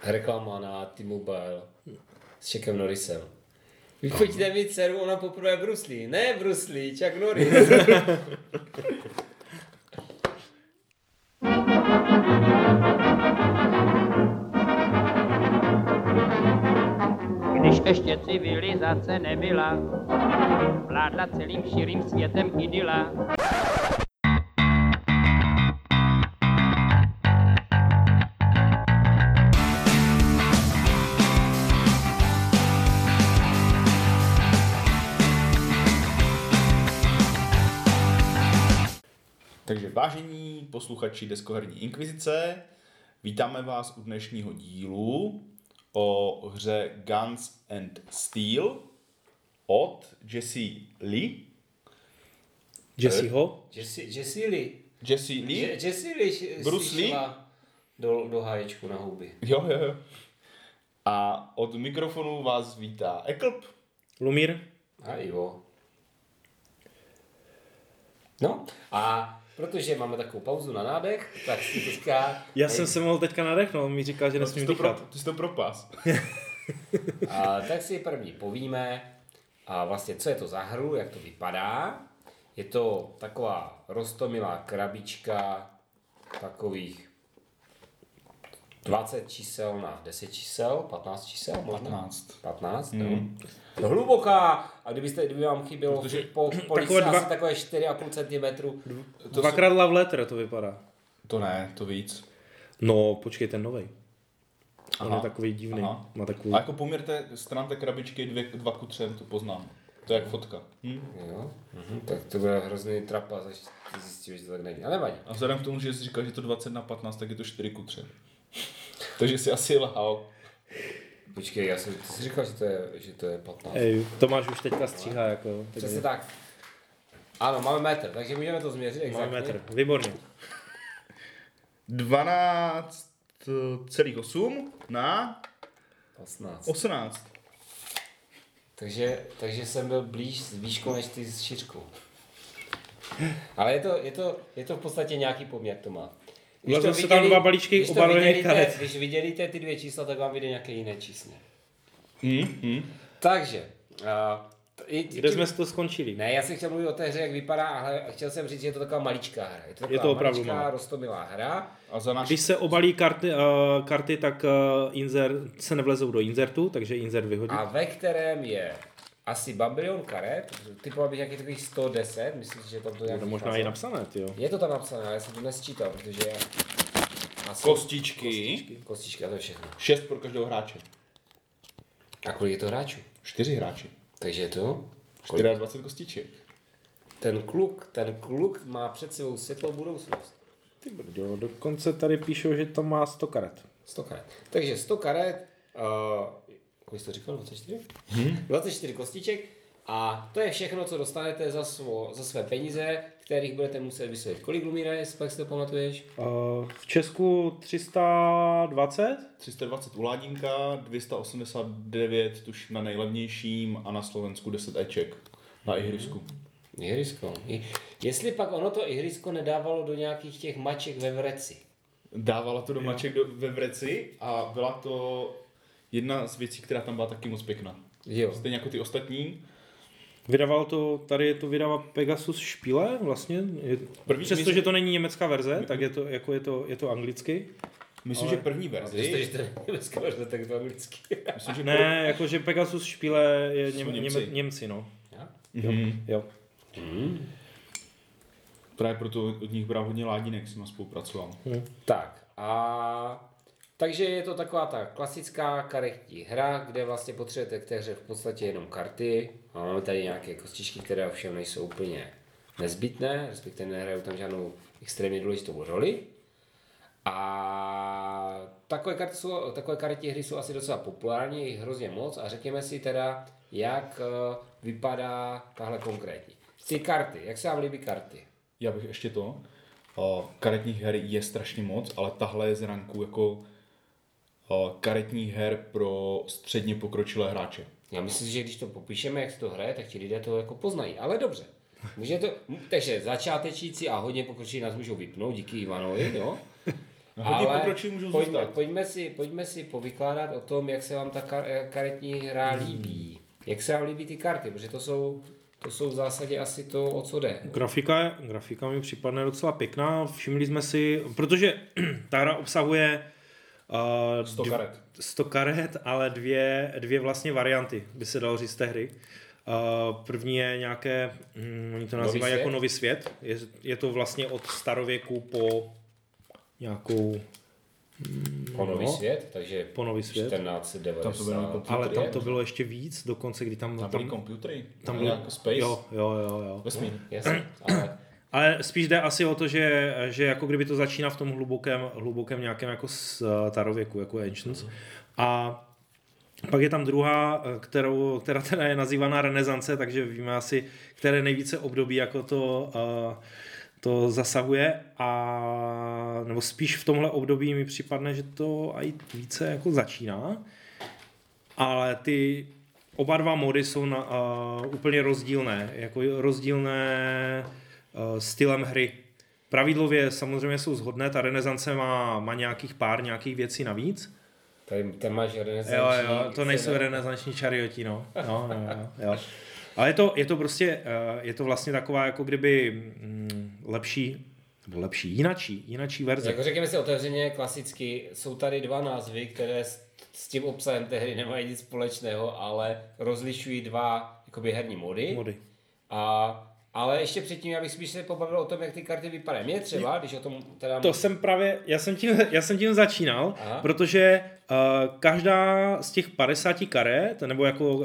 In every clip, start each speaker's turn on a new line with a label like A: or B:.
A: Reklama na T-Mobile s Chuckem Norrisem. Vyfotíte mi dceru, ona poprvé Bruce Lee. Ne Bruce Lee, Chuck Norris.
B: Když ještě civilizace nebyla, vládla celým širým světem idyla.
C: Takže vážení posluchači Deskoherní inkvizice, vítáme vás u dnešního dílu o hře Guns and Steel od Jesse Lee.
D: Jesseho?
A: Jesse Lee.
C: Jesse Lee?
A: Jesse Lee
C: Bruce Lee?
A: Do háječku na houby.
C: Jo. A od mikrofonu vás vítá Eklb.
D: Lumír?
A: A Ivo. No a protože máme takovou pauzu na nádech, tak si teďka...
D: Já jsem se mohl teďka nadechnout, mi říkal, že nesmím dýchat.
C: Ty jsi to propás.
A: Tak si první povíme, a vlastně co je to za hru, jak to vypadá. Je to taková roztomilá krabička takových 20 čísel na 10 čísel, 15 čísel možná? 15, no. Hluboká, a kdyby vám chybělo po lice asi takové 4,5 cm.
D: Dvakrát love letter to vypadá.
C: To ne, to víc.
D: No, počkej, ten novej. On je takový divný. Má takovou...
C: A jako poměr té stran té krabičky 2:3, to poznám. To je jak fotka.
A: Jo? Tak to bude hrozný trapas, až ty zjistíš, že to tak není. Ale nevadí.
C: A vzhledem k tomu, že jsi říkal, že je to 20:15, tak je to 4:3. Takže jsi asi lhal.
A: Počkej, ty jsi říkal, že to je 15.
D: Ej, Tomáš už teďka stříhá, jako...
A: Přesně tak. Ano, máme metr, takže můžeme to změřit exaktně.
D: Máme metr, výborně.
C: 12,8 na 18.
A: Takže jsem byl blíž s výškou než ty s šířkou. Ale je to v podstatě nějaký poměr, to má.
D: Vlezl se tam dva balíčky obalovaných karet.
A: Když vydělíte ty dvě čísla, tak vám vyjde nějaké jiné číslo. Takže...
D: Kde jsme to skončili?
A: Ne, já jsem chtěl mluvit o té hře, jak vypadá, ale chtěl jsem říct, že je to taková maličká hra. Je to
D: opravdu
A: maličká, roztomilá hra.
D: Když se obalí karty, tak se nevlezou do inzertu, takže insert vyhodí.
A: A ve kterém je asi babilion karet, typoval bych nějakých takových 110, myslím si, že tam to nějaký...
D: To možná i napsané, jo.
A: Je to tam napsané, ale já jsem to nesčítal, protože je...
C: Kostičky,
A: a to je všechno.
C: 6 pro každého hráče.
A: A kolik je to hráčů?
C: 4 hráči.
A: Takže je to?
C: 24 kostiček.
A: Ten kluk má před sebou světlou budoucnost.
D: Ty brďo, dokonce tady píšou, že to má 100 karet.
A: 100 karet. Takže 100 karet, kolik jsi to říkal, 24? 24 kostiček a to je všechno, co dostanete za své peníze, kterých budete muset vysvětlit. Kolik, Lumíre, jestli pak si to pamatuješ?
D: V Česku 320?
C: 320 u Ládínka, 289 tuž na nejlevnějším a na Slovensku 10 eček na ihrisku.
A: Ihrisko. Jestli pak ono to ihrisko nedávalo do nějakých těch maček ve vreci.
C: Dávala to do maček ve vreci a byla to jedna z věcí, která tam byla taky moc pěkná.
D: Jo.
C: Stejně jako ty ostatní.
D: Vydával to, tady to vydává Pegasus Spiele vlastně, přestože to není německá verze, tak je to anglicky.
C: Myslím, že první verzi.
A: Přestože to není německá verze, tak je to anglicky.
D: Myslím, že jakože Pegasus Spiele je Němci, no. Jo.
C: Právě proto od nich brám hodně Ládínek, jsem spolupracoval.
A: Tak a... Takže je to taková ta klasická karetní hra, kde vlastně potřebujete k té hře v podstatě jenom karty. A máme tady nějaké kostičky, které ovšem nejsou úplně nezbytné, respektive nehrajou tam žádnou extrémně důležitou roli. A takové karetní hry jsou asi docela populární, jich hrozně moc a řekněme si teda, jak vypadá tahle konkrétní. Ty karty, jak se vám líbí karty?
C: Já bych ještě karetních her je strašně moc, ale tahle je z ranku jako karetních her pro středně pokročilé hráče.
A: Já myslím, že když to popíšeme, jak se to hraje, tak ti lidé to jako poznají, ale dobře. Takže začátečníci a hodně pokročilí nás můžou vypnout, díky Ivanovi, jo?
C: Hodně pokročilí můžou zůstat.
A: Pojďme si povykládat o tom, jak se vám ta karetní hra líbí. Jak se vám líbí ty karty, protože to jsou v zásadě asi to, o co jde.
D: Grafika mi připadne docela pěkná. Všimli jsme si, protože ta hra obsahuje 100 karet, ale dvě vlastně varianty, by se dalo říct té hry. První je nějaké, oni to nazývají jako nový svět. Je to vlastně od starověku po nějakou...
A: Po nový svět, takže
D: po nový svět.
A: 1490.
D: Ale tam to bylo ještě víc, dokonce kdy
C: tam byly komputery,
D: tam bylo
C: jako space.
D: Jo.
C: Vesmír.
A: Jasně,
D: ale spíš jde asi o to, že jako kdyby to začíná v tom hlubokém nějakém jako starověku, jako Ancients. A pak je tam druhá, která teda je nazývaná renesance, takže víme asi, které nejvíce období jako to zasahuje, nebo spíš v tomhle období mi připadne, že to i více jako začíná, ale ty oba dva mody jsou úplně rozdílné stylem hry. Pravidlově samozřejmě jsou shodné, ta renesance má nějakých věcí navíc.
A: Tady máš renesanční...
D: Jo, to nejsou renesanční čarioti, no. Jo. Ale je to prostě, je to vlastně taková jako kdyby jinačí verze.
A: Jako řekněme si otevřeně, klasicky, jsou tady dva názvy, které s tím obsahem té hry nemají nic společného, ale rozlišují dva jakoby herní mody. Ale ještě předtím, já bych spíš se pobavil o tom, jak ty karty vypadají. Mě třeba, když o tom teda...
D: To jsem právě, já jsem tím začínal, protože každá z těch 50 karet, nebo jako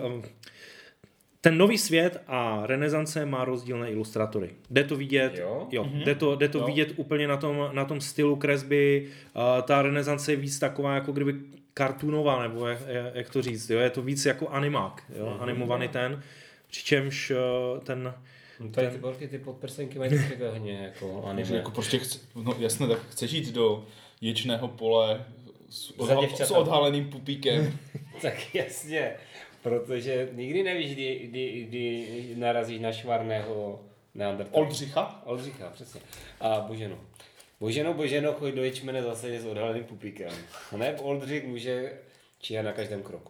D: ten nový svět a renesance má rozdílné ilustratory. Jde to vidět, jde to vidět úplně na tom stylu kresby. Ta renesance je víc taková jako kdyby kartunová, nebo jak to říct, jo? Je to víc jako animák, jo? Animovaný ten, přičemž ten...
A: Tady ty podprsenky mají také hodně jako anime.
C: Jako prostě jasně, tak chceš jít do ječného pole s odhaleným pupíkem.
A: Tak jasně, protože nikdy nevíš, kdy narazíš na švarného neandertala. Oldřicha, přesně. A Boženo, choď do ječmene zase s odhaleným pupíkem. Ne, Oldřich může číhat na každém kroku.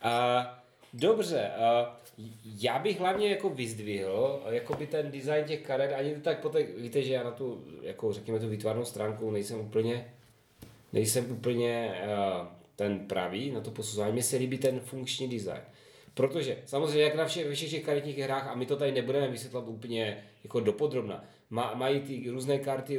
A: Dobře, já bych hlavně jako vyzdvihl jakoby ten design těch karet, ani to tak poté, víte, že já na tu, jako řekněme tu výtvarnou stránku nejsem úplně ten pravý na to posuzování, mně se líbí ten funkční design. Protože samozřejmě jak na všech těch karetních hrách, a my to tady nebudeme vysvětlovat úplně jako dopodrobna, mají ty různé karty,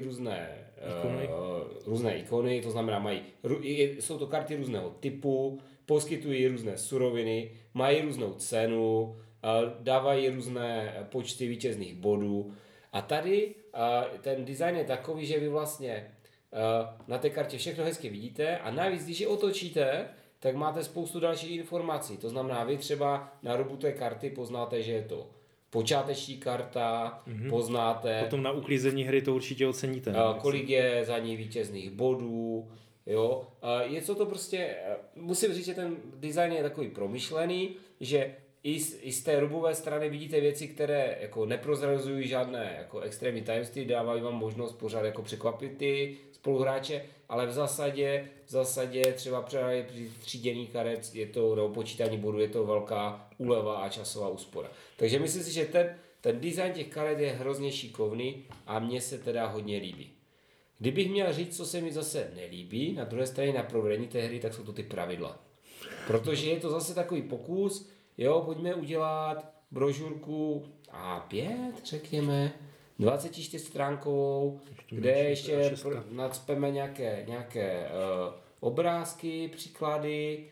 A: různé ikony, to znamená jsou to karty různého typu, poskytují různé suroviny, mají různou cenu, dávají různé počty vítězných bodů. A tady ten design je takový, že vy vlastně na té kartě všechno hezky vidíte a navíc, když ji otočíte, tak máte spoustu dalších informací. To znamená, vy třeba na rubu té karty poznáte, že je to počáteční karta, poznáte...
D: Potom na uklízení hry to určitě oceníte.
A: Kolik je za ní vítězných bodů, jo. Je to prostě, musím říct, že ten design je takový promyšlený, že i z té rubové strany vidíte věci, které jako neprozrazují žádné jako extrémní tajemství, dávají vám možnost pořád jako překvapit ty spoluhráče, ale v zásadě třeba při třídění karet je to, nebo počítání bodů je to velká úleva a časová úspora. Takže myslím si, že ten design těch karet je hrozně šikovný a mně se teda hodně líbí. Kdybych měl říct, co se mi zase nelíbí, na druhé straně na provedení té hry, tak jsou to ty pravidla. Protože je to zase takový pokus, jo, pojďme udělat brožurku A5, řekněme, 24stránkovou, kde ještě nacpeme nějaké obrázky, příklady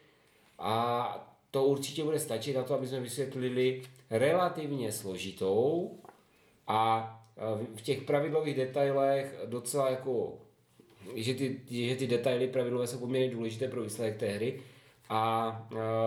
A: a to určitě bude stačit na to, aby jsme vysvětlili relativně složitou a v těch pravidlových detailech docela jako, že ty detaily pravidlové jsou poměrně důležité pro výsledek té hry a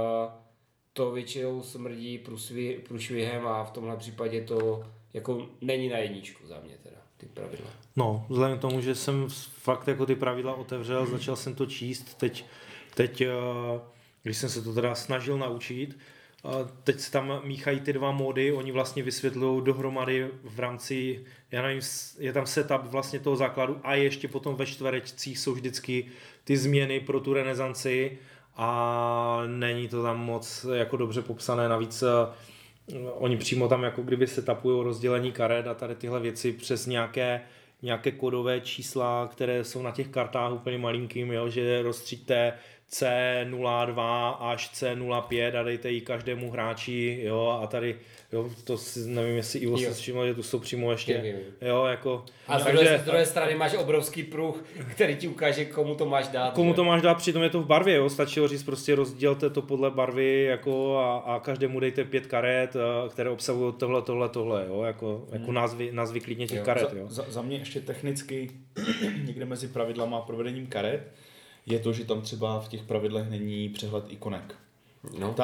A: to většinou smrdí průšvihem a v tomhle případě to jako není na jedničku za mě teda, ty pravidla.
D: No, vzhledem k tomu, že jsem fakt jako ty pravidla otevřel, začal jsem to číst, teď když jsem se to teda snažil naučit, teď se tam míchají ty dva módy, oni vlastně vysvětlují dohromady v rámci, já nevím, je tam setup vlastně toho základu a ještě potom ve čtverečcích jsou vždycky ty změny pro tu renesanci a není to tam moc jako dobře popsané, navíc oni přímo tam jako kdyby setupují rozdělení karet a tady tyhle věci přes nějaké kodové čísla, které jsou na těch kartách úplně malinkým, jo, že rozstříďte C02 až C05 a dejte ji každému hráči, jo, a tady, jo, to si, nevím, jestli Ivo se všiml, že tu jsou přímo ještě, jo, jako.
A: A z druhé strany máš obrovský pruh, který ti ukáže, komu to máš dát.
D: Komu to máš dát, přitom je to v barvě, jo, stačilo říct prostě rozdělte to podle barvy, jako a každému dejte 5 karet, které obsahují tohle, jo, jako názvy klidně těch karet, jo.
C: Za mě ještě technicky někde mezi pravidlama a provedením karet je to, že tam třeba v těch pravidlech není přehled ikonek. No.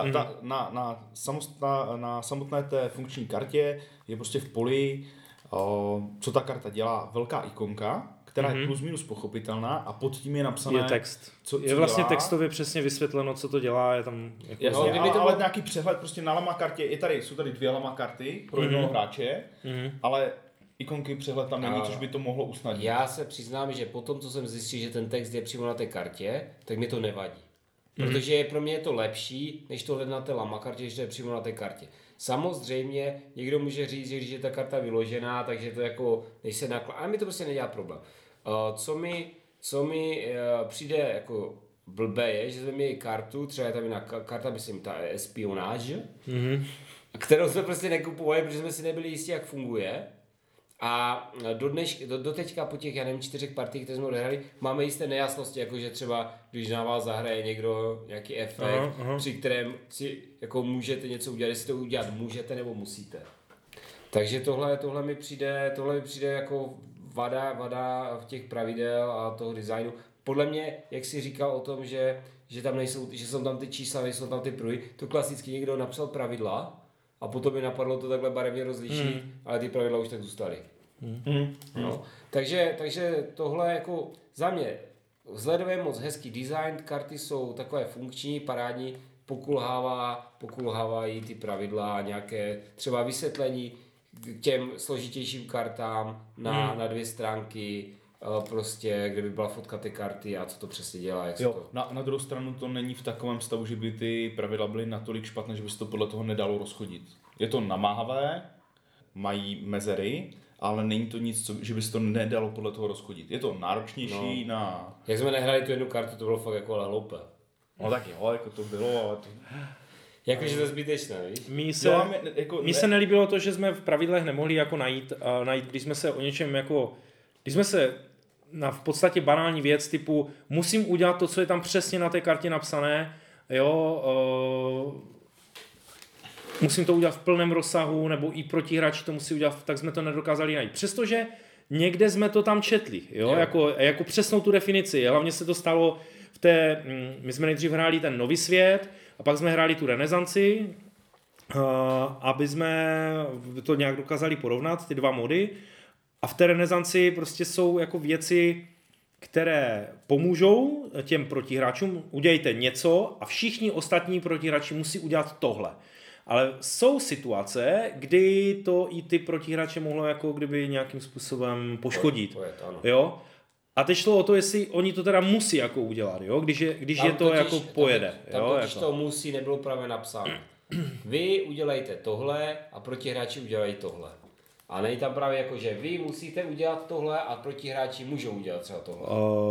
C: Na samotné té funkční kartě je prostě v poli, co ta karta dělá, velká ikonka, která je plus minus pochopitelná a pod tím je napsané,
D: je text.
C: Co
D: je vlastně
C: dělá.
D: textově přesně vysvětleno, co to dělá, je tam jako
C: Jasně, ale nějaký přehled prostě na lama kartě, jsou tady 2 lama karty pro jednoho hráče, ale ikonky přehled tam není, což by to mohlo usnadnit.
A: Já se přiznám, že po tom, co jsem zjistil, že ten text je přímo na té kartě, tak mi to nevadí. Protože pro mě je to lepší, než to hledat na té lama kartě, že to je přímo na té kartě. Samozřejmě někdo může říct, že když je ta karta vyložená, takže to jako, než se nakládá, ale mi to prostě nedělá problém. Co mi přijde jako blbé je, že jsme měli kartu, třeba je tam jiná karta, myslím, ta espionáže, kterou jsme prostě nekupovali, protože jsme si nebyli jistí, jak funguje. A do teďka po těch, já nevím, 4 partiích, které jsme odehrali, máme jisté nejasnosti, jakože třeba, když na vás zahraje někdo nějaký efekt, při kterém si jako můžete něco udělat, jestli to udělat můžete nebo musíte. Takže tohle mi přijde jako vada v těch pravidel a toho designu. Podle mě, jak jsi říkal o tom, že tam nejsou, že jsou tam ty čísla, nejsou tam ty pruhy, to klasicky někdo napsal pravidla a potom mi napadlo to takhle barevně rozlišit, ale ty pravidla už tak zůstaly. No. Takže tohle jako za mě vzhledově moc hezký design, karty jsou takové funkční, parádní, pokulhávají ty pravidla, nějaké třeba vysvětlení k těm složitějším kartám na 2 stránky, prostě, kde by byla fotka té karty a co to přesně dělá, jak
C: jo,
A: to...
C: Na druhou stranu to není v takovém stavu, že by ty pravidla byly natolik špatné, že by se to podle toho nedalo rozchodit. Je to namáhavé, mají mezery, ale není to nic, že by se to nedalo podle toho rozchodit. Je to náročnější na...
A: Jak jsme nehráli tu jednu kartu, to bylo fakt jako ale hloupé.
C: No tak jo, jako to bylo, ale to...
A: Jakože to je zbytečné, víš?
D: Mně se nelíbilo to, že jsme v pravidlech nemohli jako najít, když jsme se o něčem jako... Když jsme se na v podstatě banální věc typu musím udělat to, co je tam přesně na té kartě napsané, jo, musím to udělat v plném rozsahu, nebo i protihráči to musí udělat, tak jsme to nedokázali najít. Přestože někde jsme to tam četli, jo, jako přesnou tu definici. Hlavně se to stalo my jsme nejdřív hráli ten Nový svět a pak jsme hráli tu renesanci, aby jsme to nějak dokázali porovnat, ty 2 mody. A v té renesanci prostě jsou jako věci, které pomůžou těm protihráčům. Udělejte něco a všichni ostatní protihráči musí udělat tohle. Ale jsou situace, kdy to i ty protihráče mohlo jako kdyby nějakým způsobem poškodit. Jo? A teď šlo o to, jestli oni to teda musí jako udělat, jo? Když je to totiž, jako pojede.
A: Tam totiž to musí nebylo právě napsáno. Vy udělejte tohle a protihráči udělají tohle. A není tam právě jako, že vy musíte udělat tohle a protihráči můžou udělat třeba tohle.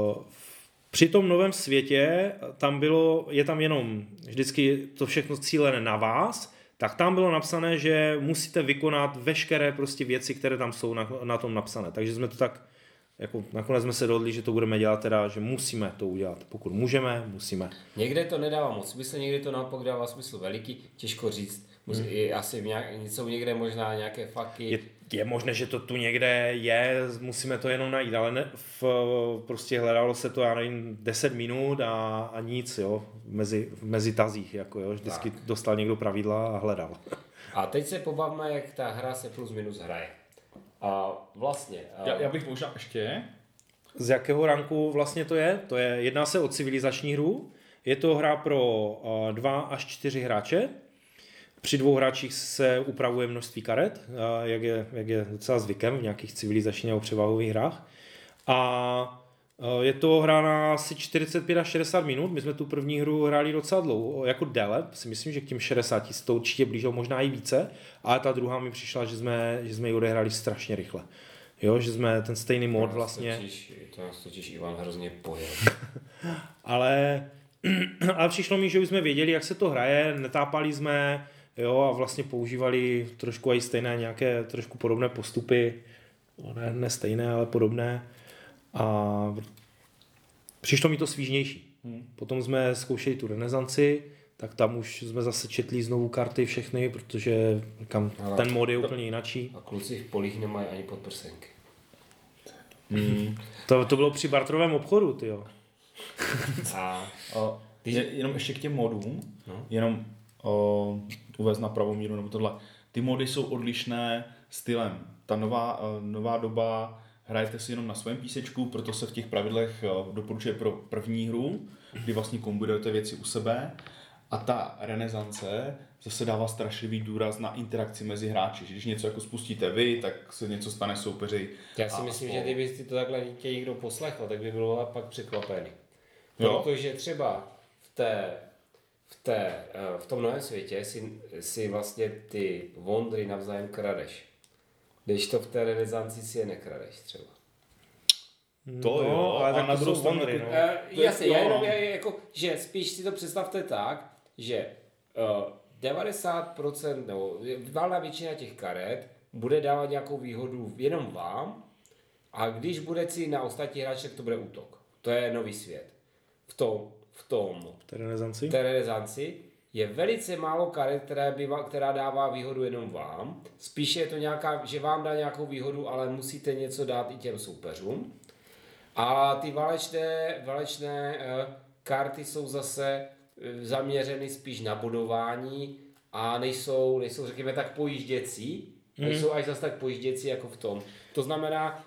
D: Při tom Novém světě je tam jenom vždycky to všechno cílené na vás, tak tam bylo napsané, že musíte vykonat veškeré prostě věci, které tam jsou na tom napsané. Takže jsme to tak, jako nakonec jsme se dohodli, že to budeme dělat teda, že musíme to udělat. Pokud můžeme, musíme.
A: Někde to nedává moc smysl, někde to naopak dává smysl veliký, těžko říct. Asi něco někde možná nějaké faky.
D: Je možné, že to tu někde je, musíme to jenom najít, ale prostě hledalo se to, já nevím, 10 minut a nic, jo, mezi tazích, jako jo, vždycky dostal někdo pravidla a hledal.
A: A teď se pobavme, jak ta hra se plus minus hraje. A vlastně...
C: Já bych možná ještě...
D: Z jakého ranku vlastně to je? Jedná se o civilizační hru, je to hra pro 2 až 4 hráče. Při 2 hráčích se upravuje množství karet, jak je docela zvykem v nějakých civilizačních nebo převahových hrách. A je to hra na asi 45 až 60 minut. My jsme tu první hru hráli docela dlouho, jako déle. Si myslím, že k těm 60 se to určitě blížilo, možná i více. Ale ta druhá mi přišla, že jsme ji odehráli strašně rychle. Jo, že jsme ten stejný mod vlastně...
A: To nás totiž Ivan hrozně pojel.
D: ale přišlo mi, že už jsme věděli, jak se to hraje, netápali jsme, jo, a vlastně používali trošku i stejné nějaké trošku podobné postupy. Ne stejné, ale podobné. A přišlo mi to svížnější. Potom jsme zkoušeli tu renesanci, tak tam už jsme zase četli znovu karty všechny, protože ten mod je úplně jinačí.
A: A kluci v polích nemají ani podprsenky.
D: To bylo při barterovém obchodu, tyjo.
C: Jenom ještě k těm modům, jenom uvést na pravou míru nebo tohle. Ty mody jsou odlišné stylem. Ta nová doba, hrajete si jenom na svém písečku, proto se v těch pravidlech doporučuje pro první hru, kdy vlastně kombinujete věci u sebe. A ta renesance zase dává strašlivý důraz na interakci mezi hráči. Když něco jako spustíte vy, tak se něco stane soupeři.
A: Já si myslím, že kdyby si to takhle někdo poslechl, tak by bylo pak překvapený. Protože třeba v tom novém světě si vlastně ty wondry navzájem kradeš. Když to v té renesanci si je nekradeš třeba.
C: To jo,
D: ale tak
C: na druhou stranu...
A: Jasně, já jenom jako, že spíš si to představte tak, že 90% nebo valná většina těch karet bude dávat nějakou výhodu jenom vám a když bude si na ostatní hráče, tak to bude útok. To je nový svět. V té renesanci je velice málo karet, která dává výhodu jenom vám. Spíše je to nějaká, že vám dá nějakou výhodu, ale musíte něco dát i těm soupeřům. A ty válečné karty jsou zase zaměřeny spíš na bodování a nejsou řekněme tak pojížděcí, nejsou až zase tak pojížděcí jako v tom. To znamená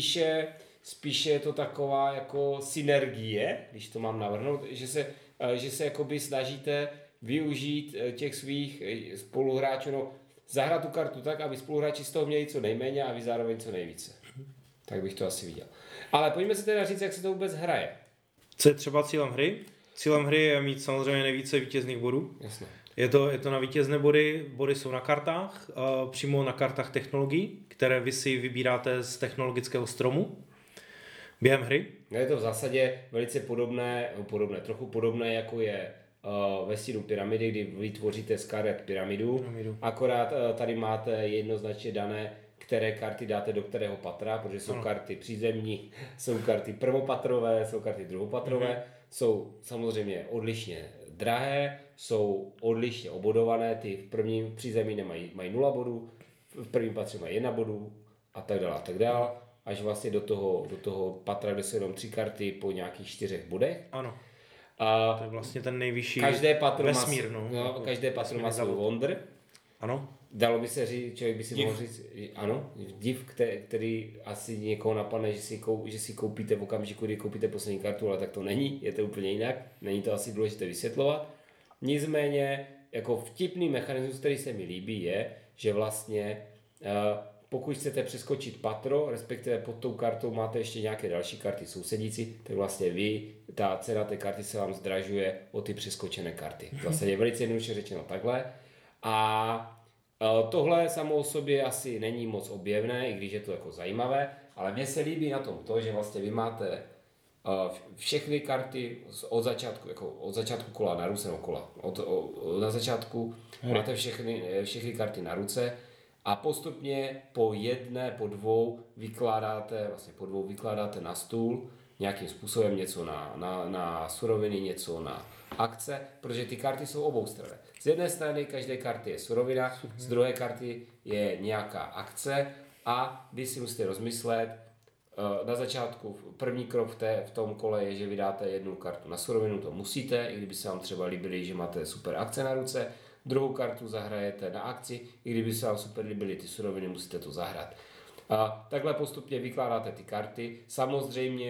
A: spíše je to taková jako synergie, když to mám navrhnout, že se jakoby snažíte využít těch svých spoluhráčů, zahrát tu kartu tak, aby spoluhráči z toho měli co nejméně a vy zároveň co nejvíce. Tak bych to asi viděl. Ale pojďme si teda říct, jak se to vůbec hraje.
D: Co je třeba cílem hry? Cílem hry je mít samozřejmě nejvíce vítězných bodů.
A: Jasně.
D: Je to na vítězné body. Body jsou na kartách, přímo na kartách technologií, které vy si vybíráte z technologického stromu během hry.
A: Je to v zásadě velice trochu podobné, jako je ve stínu pyramidy, kdy vytvoříte z karet pyramidu. Akorát tady máte jednoznačně dané, které karty dáte do kterého patra, protože jsou karty přízemní, jsou karty prvopatrové, jsou karty druhopatrové, jsou samozřejmě odlišně drahé, jsou odlišně obodované, ty v prvním přízemí mají 0 bodů, v prvním patře mají 1 bodu a tak dále, až vlastně do toho patra, kde jsou jenom 3 karty po nějakých 4 bodech.
D: Ano.
A: A
D: to je vlastně ten nejvyšší
A: vesmír. Každé patro má svůj wonder.
D: Ano.
A: Dalo by se říct, člověk by si mohl říct, ano, div, který asi někoho napadne, že si koupíte v okamžiku, kdy koupíte poslední kartu, ale tak to není, je to úplně jinak, není to asi důležité vysvětlovat. Nicméně, jako vtipný mechanismus, který se mi líbí, je, že vlastně pokud chcete přeskočit patro, respektive pod tou kartou máte ještě nějaké další karty sousedící, tak vlastně ta cena té karty se vám zdražuje o ty přeskočené karty. Zase je velice jednoduše řečeno takhle. A tohle samo o sobě asi není moc objevné, i když je to jako zajímavé, ale mně se líbí na tom to, že vlastně vy máte všechny karty od začátku kola na ruce, na začátku máte všechny karty na ruce a postupně po dvou vykládáte na stůl nějakým způsobem něco na suroviny, něco na akce, protože ty karty jsou oboustranné. Z jedné strany každé karty je surovina, z druhé karty je nějaká akce a vy si musíte rozmyslet, na začátku první krok v tom kole je, že vydáte 1 kartu na surovinu, to musíte, i kdyby se vám třeba líbily, že máte super akce na ruce, druhou kartu zahrajete na akci, i kdyby se vám super líbily ty suroviny, musíte to zahrát. A takhle postupně vykládáte ty karty, samozřejmě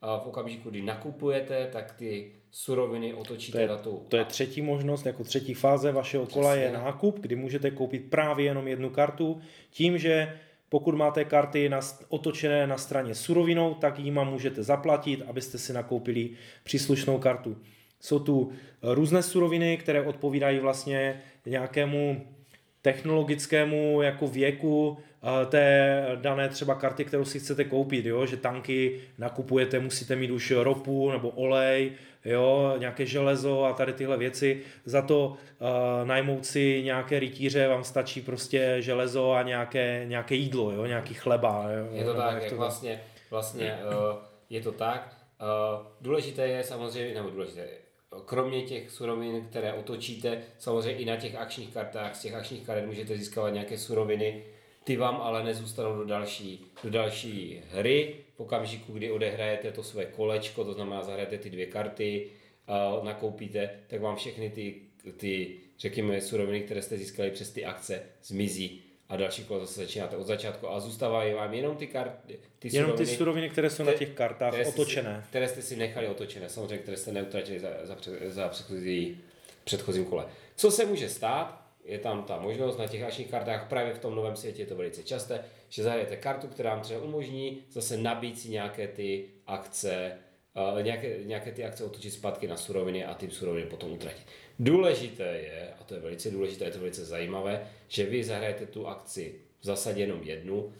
A: v okamžiku, kdy nakupujete, tak ty suroviny otočíte na tu...
D: To je třetí možnost, jako třetí fáze vašeho kola je nákup, kdy můžete koupit právě jenom jednu kartu, tím, že pokud máte karty otočené na straně surovinou, tak jima můžete zaplatit, abyste si nakoupili příslušnou kartu. Jsou tu různé suroviny, které odpovídají vlastně nějakému technologickému jako věku té dané třeba karty, kterou si chcete koupit, jo? Že tanky nakupujete, musíte mít už ropu nebo olej, jo? Nějaké železo a tady tyhle věci. Za to najmout si nějaké rytíře, vám stačí prostě železo a nějaké jídlo, jo? Nějaký chleba. Jo?
A: Je to tak, jak vlastně je to tak. Důležité je samozřejmě, nebo důležité, kromě těch surovin, které otočíte, samozřejmě i na těch akčních kartách, z těch akčních karet můžete získávat nějaké suroviny, ty vám ale nezůstanou do další hry. V okamžiku, kdy odehrajete to své kolečko, to znamená zahrajete ty 2 karty, nakoupíte, tak vám všechny ty řekněme suroviny, které jste získali přes ty akce, zmizí. A další kolo zase začínáte od začátku a zůstávají vám jenom
D: ty suroviny, které jsou na těch kartách otočené.
A: Které jste si nechali otočené, samozřejmě, které jste neutratili za předchozím kole. Co se může stát? Je tam ta možnost na těch akčních kartách, právě v tom novém světě je to velice časté, že zahrajete kartu, která vám třeba umožní zase nabít si nějaké ty akce, nějaké ty akce otočit zpátky na suroviny a ty suroviny potom utratit. Důležité je, a to je velice důležité, je to velice zajímavé, že vy zahrajete tu akci v zásadě jenom jednu,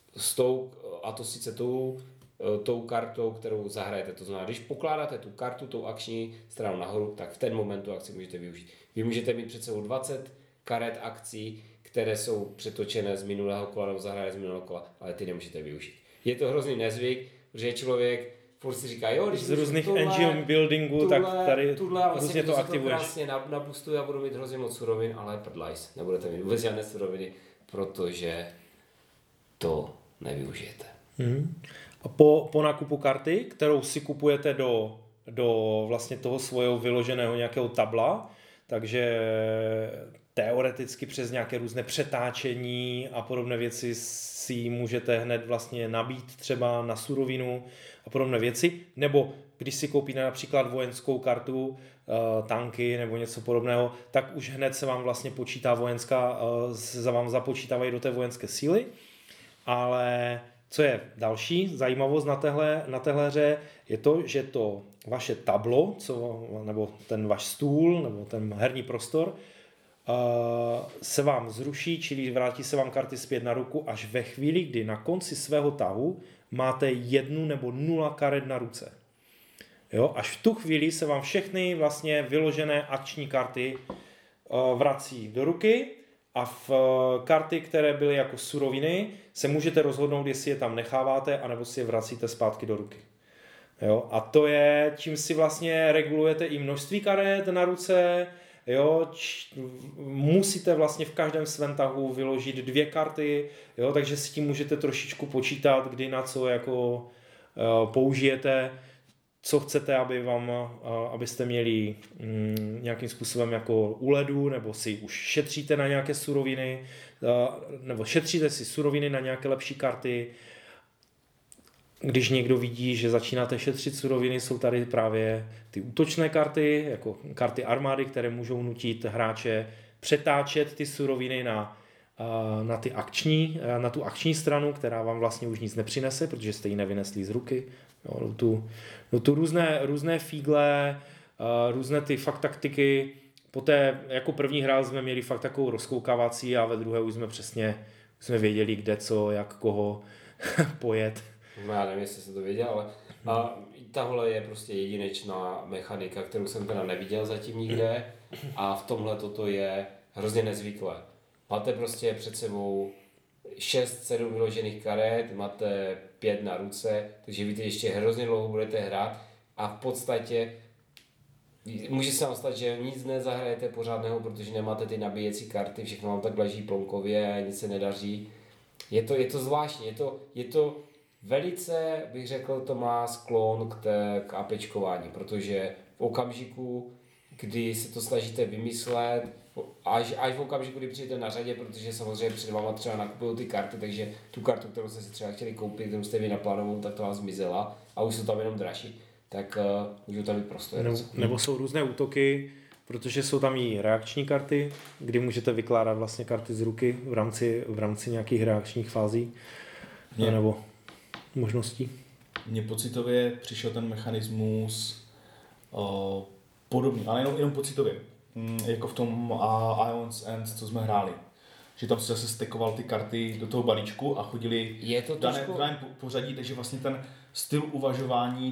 A: a to sice tou kartou, kterou zahrajete. To znamená, když pokládáte tu kartu, tou akční stranu nahoru, tak v ten moment tu akci můžete využít. Vy můžete mít před sebou 20 karet akcí, které jsou přetočené z minulého kola nebo zahrané z minulého kola, ale ty nemůžete využít. Je to hrozný nezvyk, že člověk furt si říká, jo, když
D: z různých engine buildingu, tak tady
A: vlastně
D: to aktivuješ.
A: Krásně nabustuju a budu mít hrozně moc surovin, ale prdlajs, nebudete mít vůbec žádné suroviny, protože to nevyužijete.
D: A po nákupu karty, kterou si kupujete do vlastně toho svého vyloženého nějakého tabla, takže teoreticky přes nějaké různé přetáčení a podobné věci si můžete hned vlastně nabít třeba na surovinu a podobné věci, nebo když si koupíte například vojenskou kartu, tanky nebo něco podobného, tak už hned se vám vlastně počítá vám započítávají do té vojenské síly, ale co je další zajímavost na téhle hře, je to, že to vaše tablo, nebo ten váš stůl, nebo ten herní prostor, se vám zruší, čili vrátí se vám karty zpět na ruku až ve chvíli, kdy na konci svého tahu máte 1 nebo 0 karet na ruce. Jo? Až v tu chvíli se vám všechny vlastně vyložené akční karty vrací do ruky a v karty, které byly jako suroviny, se můžete rozhodnout, jestli je tam necháváte, anebo si je vracíte zpátky do ruky. Jo? A to je, čím si vlastně regulujete i množství karet na ruce. Jo, musíte vlastně v každém svém tahu vyložit 2 karty, jo, takže si tím můžete trošičku počítat, kdy na co jako použijete, co chcete, abyste měli nějakým způsobem jako u ledu, nebo si už šetříte na nějaké suroviny, nebo šetříte si suroviny na nějaké lepší karty. Když někdo vidí, že začínáte šetřit suroviny, jsou tady právě ty útočné karty, jako karty armády, které můžou nutit hráče přetáčet ty suroviny na tu akční stranu, která vám vlastně už nic nepřinese, protože jste ji nevynesli z ruky. Jo, tu různé fígle, různé ty fakt taktiky. Poté jako první hra jsme měli fakt takovou rozkoukávací a ve druhé už jsme věděli, kde co, jak koho pojet.
A: Já nevím, jestli jsem to věděl, ale tahle je prostě jedinečná mechanika, kterou jsem teda neviděl zatím nikde a v tomhle toto je hrozně nezvyklé. Máte prostě před sebou 6-7 vyložených karet, máte 5 na ruce, takže víte, ještě hrozně dlouho budete hrát a v podstatě může se vám stát, že nic nezahrajete pořádného, protože nemáte ty nabíjecí karty, všechno vám tak leží plonkově, nic se nedaří. Je to zvláštní, je to velice, bych řekl, to má sklon k apečkování, protože v okamžiku, kdy se to snažíte vymyslet, až v okamžiku, kdy přijdete na řadě, protože samozřejmě před váma třeba nakupují ty karty, takže tu kartu, kterou jste si třeba chtěli koupit, kterou jste vy naplánovali, tak to vám zmizela a už jsou tam jenom dražší, tak můžou tam být prostory.
D: Nebo jsou různé útoky, protože jsou tam i reakční karty, kdy můžete vykládat vlastně karty z ruky v rámci nějakých reakčních fází nebo možností.
C: Mně pocitově přišel ten mechanismus podobný, ale jenom pocitově, jako v tom Ion's End, co jsme hráli. Že tam si zase stekoval ty karty do toho balíčku a chodili v daném pořadí, takže vlastně ten styl uvažování,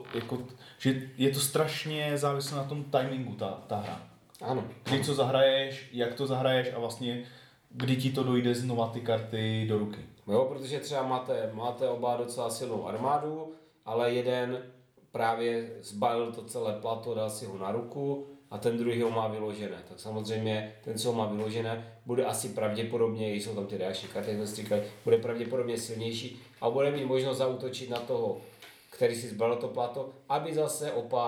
C: že je to strašně závislé na tom timingu ta hra.
A: Ano.
C: Kdy co zahraješ, jak to zahraješ a vlastně kdy ti to dojde znova ty karty do ruky.
A: Jo, protože třeba máte oba docela silnou armádu, ale jeden právě zbalil to celé plato, dal si ho na ruku a ten druhý ho má vyložené. Tak samozřejmě ten, co ho má vyložené, bude asi pravděpodobně, jsou tam ty reakční karty, jak jsme říkali, bude pravděpodobně silnější a bude mít možnost zaútočit na toho, který si zbalil to plato, aby zase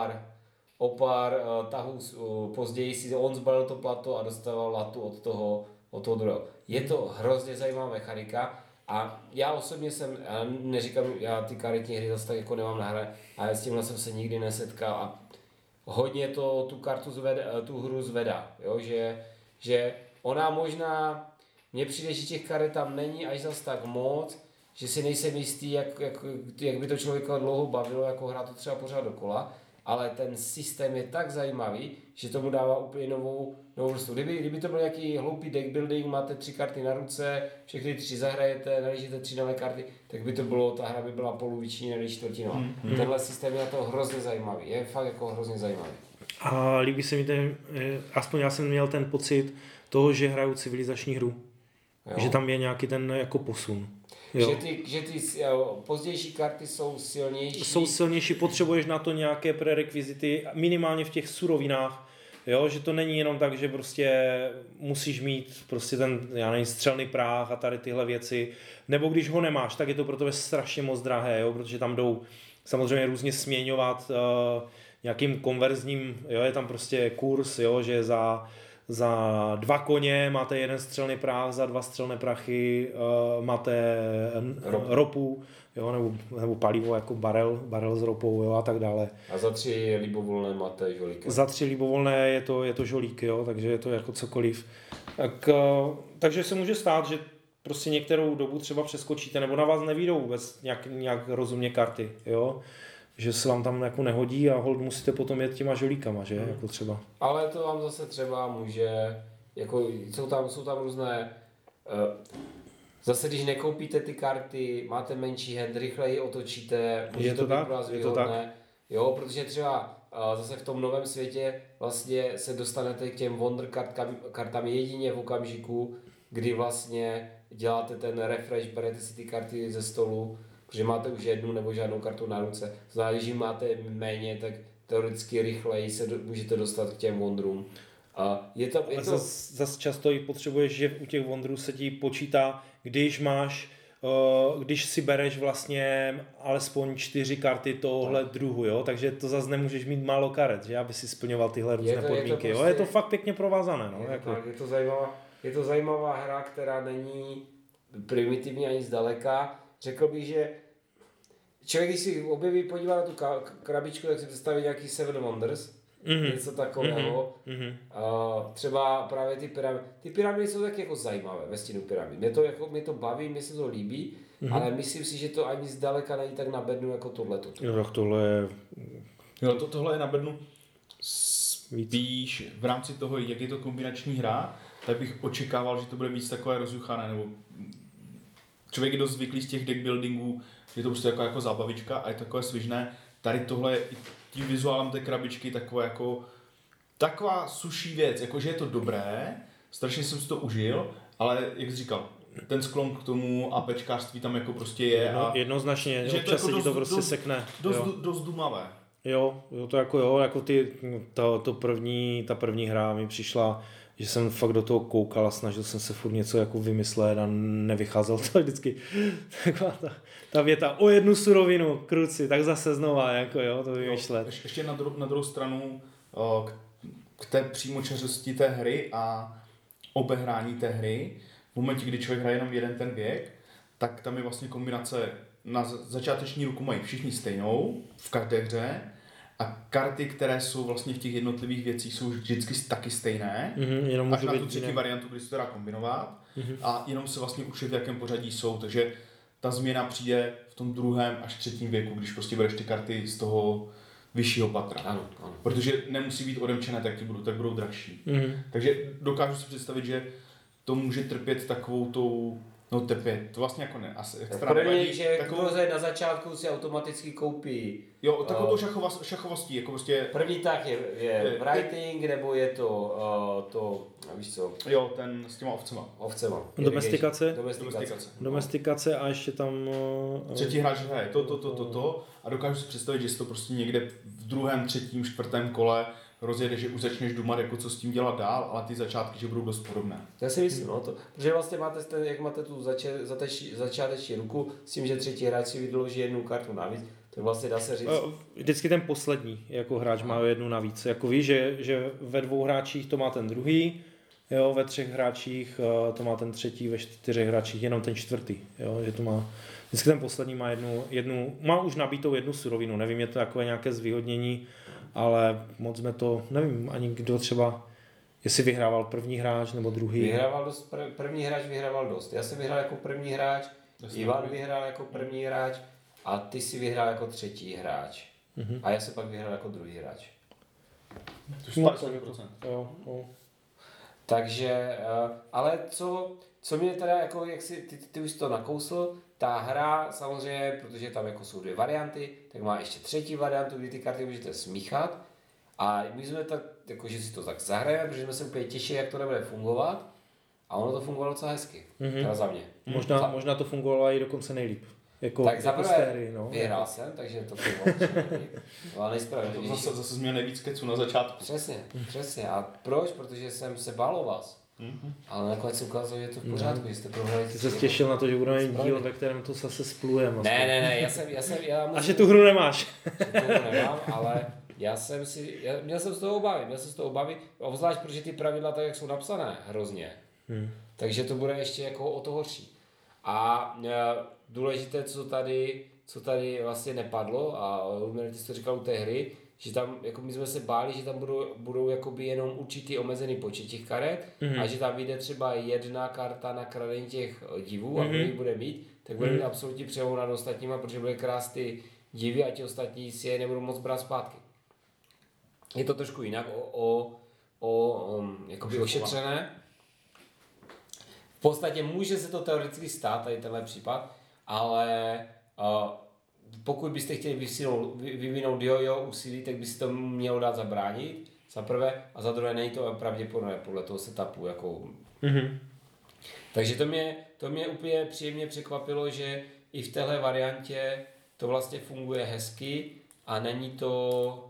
A: o pár tahů později si on zbalil to plato a dostával latu od toho druhého. Je to hrozně zajímavá mechanika a já osobně neříkám, já ty karetní hry zase tak jako nemám na hře a s tímhle jsem se nikdy nesetkal a hodně to tu hru zvedá, jo? Že ona možná, mně přijde, že těch karet tam není až zas tak moc, že si nejsem jistý, jak by to člověka dlouho bavilo, jako hrát to třeba pořád dokola, ale ten systém je tak zajímavý, že tomu dává úplně novou vrstvu. Kdyby to byl nějaký hloupý deck building, máte 3 karty na ruce, všechny 3 zahrajete, nalížíte 3 nové karty, tak by to bylo, ta hra by byla poloviční nebo čtvrtinová. Tenhle systém je na to hrozně zajímavý, je fakt jako hrozně zajímavý.
D: A líbí se mi aspoň já jsem měl ten pocit toho, že hraju civilizační hru. Jo. Že tam je nějaký ten jako posun.
A: Jo. Že ty pozdější karty jsou silnější.
D: Jsou silnější, potřebuješ na to nějaké prerekvizity, minimálně v těch surovinách. Jo, že to není jenom tak, že prostě musíš mít prostě ten, já nevím, střelný práh a tady tyhle věci. Nebo když ho nemáš, tak je to pro tebe strašně moc drahé, jo, protože tam jdou samozřejmě různě směňovat nějakým konverzním, jo, je tam prostě kurz, jo, že za 2 koně máte 1 střelný práh, za 2 střelné prachy máte ropu, jo, nebo palivo jako barel s ropou, jo, a tak dále.
A: A za 3 libovolné máte žolík.
D: Za 3 libovolné je to žolík, jo, takže je to jako cokoliv. Takže se může stát, že prostě některou dobu třeba přeskočíte, nebo na vás nevídou vůbec nějak rozumně karty, jo. Že se vám tam jako nehodí a hold musíte potom jet těma žolíkama, že? Jako třeba.
A: Ale to vám zase třeba může, jako jsou tam různé, zase když nekoupíte ty karty, máte menší hand, rychleji otočíte, může to být pro vás výhodné. Jo, protože třeba zase v tom novém světě vlastně se dostanete k těm wonder kartám jedině v okamžiku, kdy vlastně děláte ten refresh, berete si ty karty ze stolu, protože máte už jednu nebo žádnou kartu na ruce. Znamená, když máte méně, tak teoreticky rychleji se můžete dostat k těm wondrům.
D: Zas často i potřebuješ, že u těch wondrů se ti počítá, když si bereš vlastně alespoň 4 karty tohle druhu, jo? Takže to zase nemůžeš mít málo karet, že? Aby si splňoval tyhle různé podmínky. Jo? Je to fakt pěkně provázané. No?
A: Je to zajímavá hra, která není primitivní ani zdaleka. Řekl bych, že člověk, když si objeví, podívá na tu krabičku, tak si představí nějaký Seven Wonders, něco takového. Třeba právě ty pyramidy. Ty pyramidy jsou taky jako zajímavé ve stínu pyramid. Mě to baví, mě se to líbí, ale myslím si, že to ani zdaleka není tak na bednu jako tohleto.
D: Jo, tak tohle je...
C: Jo, tohle je na bednu spíš v rámci toho, jak je to kombinační hra, tak bych očekával, že to bude víc takové rozjuchané, nebo člověk je dost zvyklý z těch deck buildingů, že je to prostě jako zábavička a je takové svižné. Tady tohle je tím vizuálem té krabičky taková suší věc, jakože je to dobré, strašně jsem si to užil, ale jak jsi říkal, ten sklon k tomu APčkářství tam jako prostě je.
D: Jednoznačně, že občas se ti to prostě sekne.
C: Dost dumavé.
D: Jo, to jako ta první hra mi přišla, že jsem fakt do toho koukal a snažil jsem se furt něco jako vymyslet a nevycházel to vždycky. Taková ta věta, o jednu surovinu, kruci, tak zase znova, jako jo, to vymýšlet.
C: Ještě na druhou stranu k té přímočařosti té hry a obehrání té hry, v momentě, kdy člověk hraje jenom jeden ten věk, tak tam je vlastně kombinace na začáteční ruku mají všichni stejnou v každé hře a karty, které jsou vlastně v těch jednotlivých věcích, jsou vždycky taky stejné.
D: Jenom
C: až na tu třetí variantu, kdy se to dá kombinovat a jenom se vlastně učit, v jakém pořadí jsou, takže ta změna přijde v tom 2. až 3. věku, když prostě bereš ty karty z toho vyššího patra.
A: Ano.
C: Protože nemusí být odemčené, tak budou drahší. Takže dokážu si představit, že to může trpět takovou tou, trpět, to vlastně jako ne, asi extra
A: nevadí. Že takovou... na začátku si automaticky koupí.
C: Jo, takovou šachovostí, jako prostě...
A: První tak je writing, nebo je to, víš co?
C: Jo, ten s těma ovcema.
D: Domestikace a ještě tam...
C: Třetí hráč hraje to a dokážu si představit, že si to prostě někde v 2., 3., 4. kole rozjede, že už začneš dumat, jako co s tím dělat dál, ale ty začátky, že budou dost podobné.
A: Já si myslím, protože vlastně jak máte tu začáteční ruku, s tím, že třetí hráč si vydloží jednu kartu navíc, tak vlastně dá se říct...
D: Vždycky ten poslední jako hráč má jednu navíc. Jako víš, že ve 2 hráčích to má ten druhý, jo, ve 3 hráčích to má ten třetí, ve 4 hráčích jenom ten čtvrtý. Jo, že to má... Vždycky ten poslední má má už nabítou jednu surovinu, nevím, je to takové nějaké zvýhodnění, ale moc jsme to, nevím, ani kdo třeba, jestli vyhrával první hráč nebo druhý.
A: Vyhrával dost, první hráč vyhrával dost. Já jsem vyhrál jako první hráč, Ivan vyhrál jako první hráč a ty si vyhrál jako třetí hráč. A já jsem pak vyhrál jako druhý hráč.
C: To je 50%.
D: Jo.
A: Takže, ale co mě teda, jako, jak si ty už to nakousl, ta hra samozřejmě, protože tam jako jsou 2 varianty, tak má ještě 3. variantu, kdy ty karty můžete smíchat. A my jsme tak, jako, že si to tak zahrajeme, protože jsme se úplně těšili, jak to nebude fungovat. A ono to fungovalo docela hezky, teda za mě.
D: Možná to fungovalo i dokonce nejlíp.
A: Tak zaprvé vyhrál jsem, takže to fungovalo.
C: Zase měl nejvíc keců na začátku.
A: Přesně. A proč? Protože jsem se bál o vás. Ale nakonec se ukázalo, že je to v pořádku, že jste prohrali.
D: Ty se těšil na to, že budeme mít díl, ve kterém to zase splujeme.
A: Ne,
D: A že tu hru nemáš.
A: Tu hru nemám, ale měl jsem z toho obavy, obzvlášť protože ty pravidla tak, jak jsou napsané, hrozně. Takže to bude ještě jako o to horší. A důležité, co tady vlastně nepadlo, a ty jsi to říkal u té hry, že tam, jako my jsme se báli, že tam budou jakoby jenom určitý omezený počet těch karet a že tam vyjde třeba 1 karta na kradení těch divů a kdo ji bude mít, tak bude mít absolutní převahu nad ostatníma, protože bude krást ty divy a ti ostatní si je nebudou moc brát zpátky. Je to trošku jinak jakoby ošetřené. V podstatě může se to teoreticky stát, tady tenhle případ, ale pokud byste chtěli vyvinout jojo úsilí, tak by se to mělo dát zabránit, za prvé, a za druhé není to pravděpodobné podle toho setupu. Jako... Takže to mě úplně příjemně překvapilo, že i v téhle variantě to vlastně funguje hezky a není to...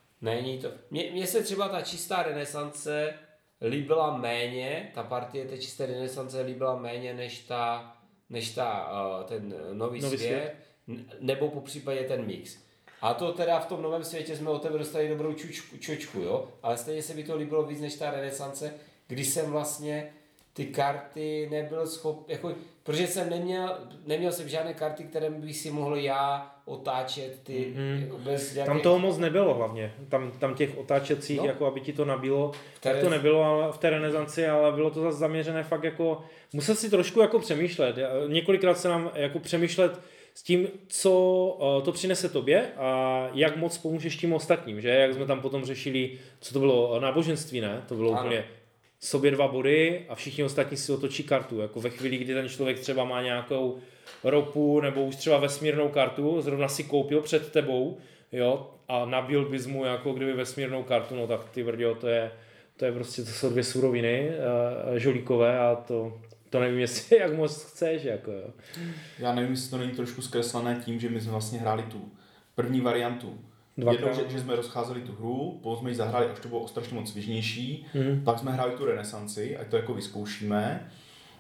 A: Mně se třeba ta čistá renesance líbila méně, ta partie té čisté renesance líbila méně než ten nový svět, nebo po případě ten mix. A to teda v tom novém světě jsme od tebe dostali dobrou čočku, jo? Ale stejně se mi to líbilo víc než ta renesance, když jsem vlastně ty karty nebyl schopný, jako, protože jsem neměl jsem žádné karty, které bych si mohl já otáčet ty, jako bez nějakých...
D: Tam toho moc nebylo hlavně, tam těch otáčecích, jako aby ti to nabilo, tak to nebylo ale v té renesanci, ale bylo to zase zaměřené fakt jako, musel si trošku jako přemýšlet, několikrát se nám jako přemýšlet s tím, co to přinese tobě a jak moc pomůžeš tím ostatním, že, jak jsme tam potom řešili, co to bylo, náboženství, ne, to bylo úplně sobě 2 body a všichni ostatní si otočí kartu. Jako ve chvíli, kdy ten člověk třeba má nějakou ropu nebo už třeba vesmírnou kartu, zrovna si koupil před tebou, jo, a nabil bys mu jako kdyby vesmírnou kartu, no tak ty vrděl, to je prostě, to jsou 2 suroviny žolíkové a to nevím, jestli jak moc chceš, jako jo.
C: Já nevím, jestli to není trošku zkreslené tím, že my jsme vlastně hráli tu první variantu. Jednou, že jsme rozcházeli tu hru, potom jsme ji zahráli, až to bylo strašně moc svěžnější, pak jsme hráli tu renesanci, ať to jako vyzkoušíme,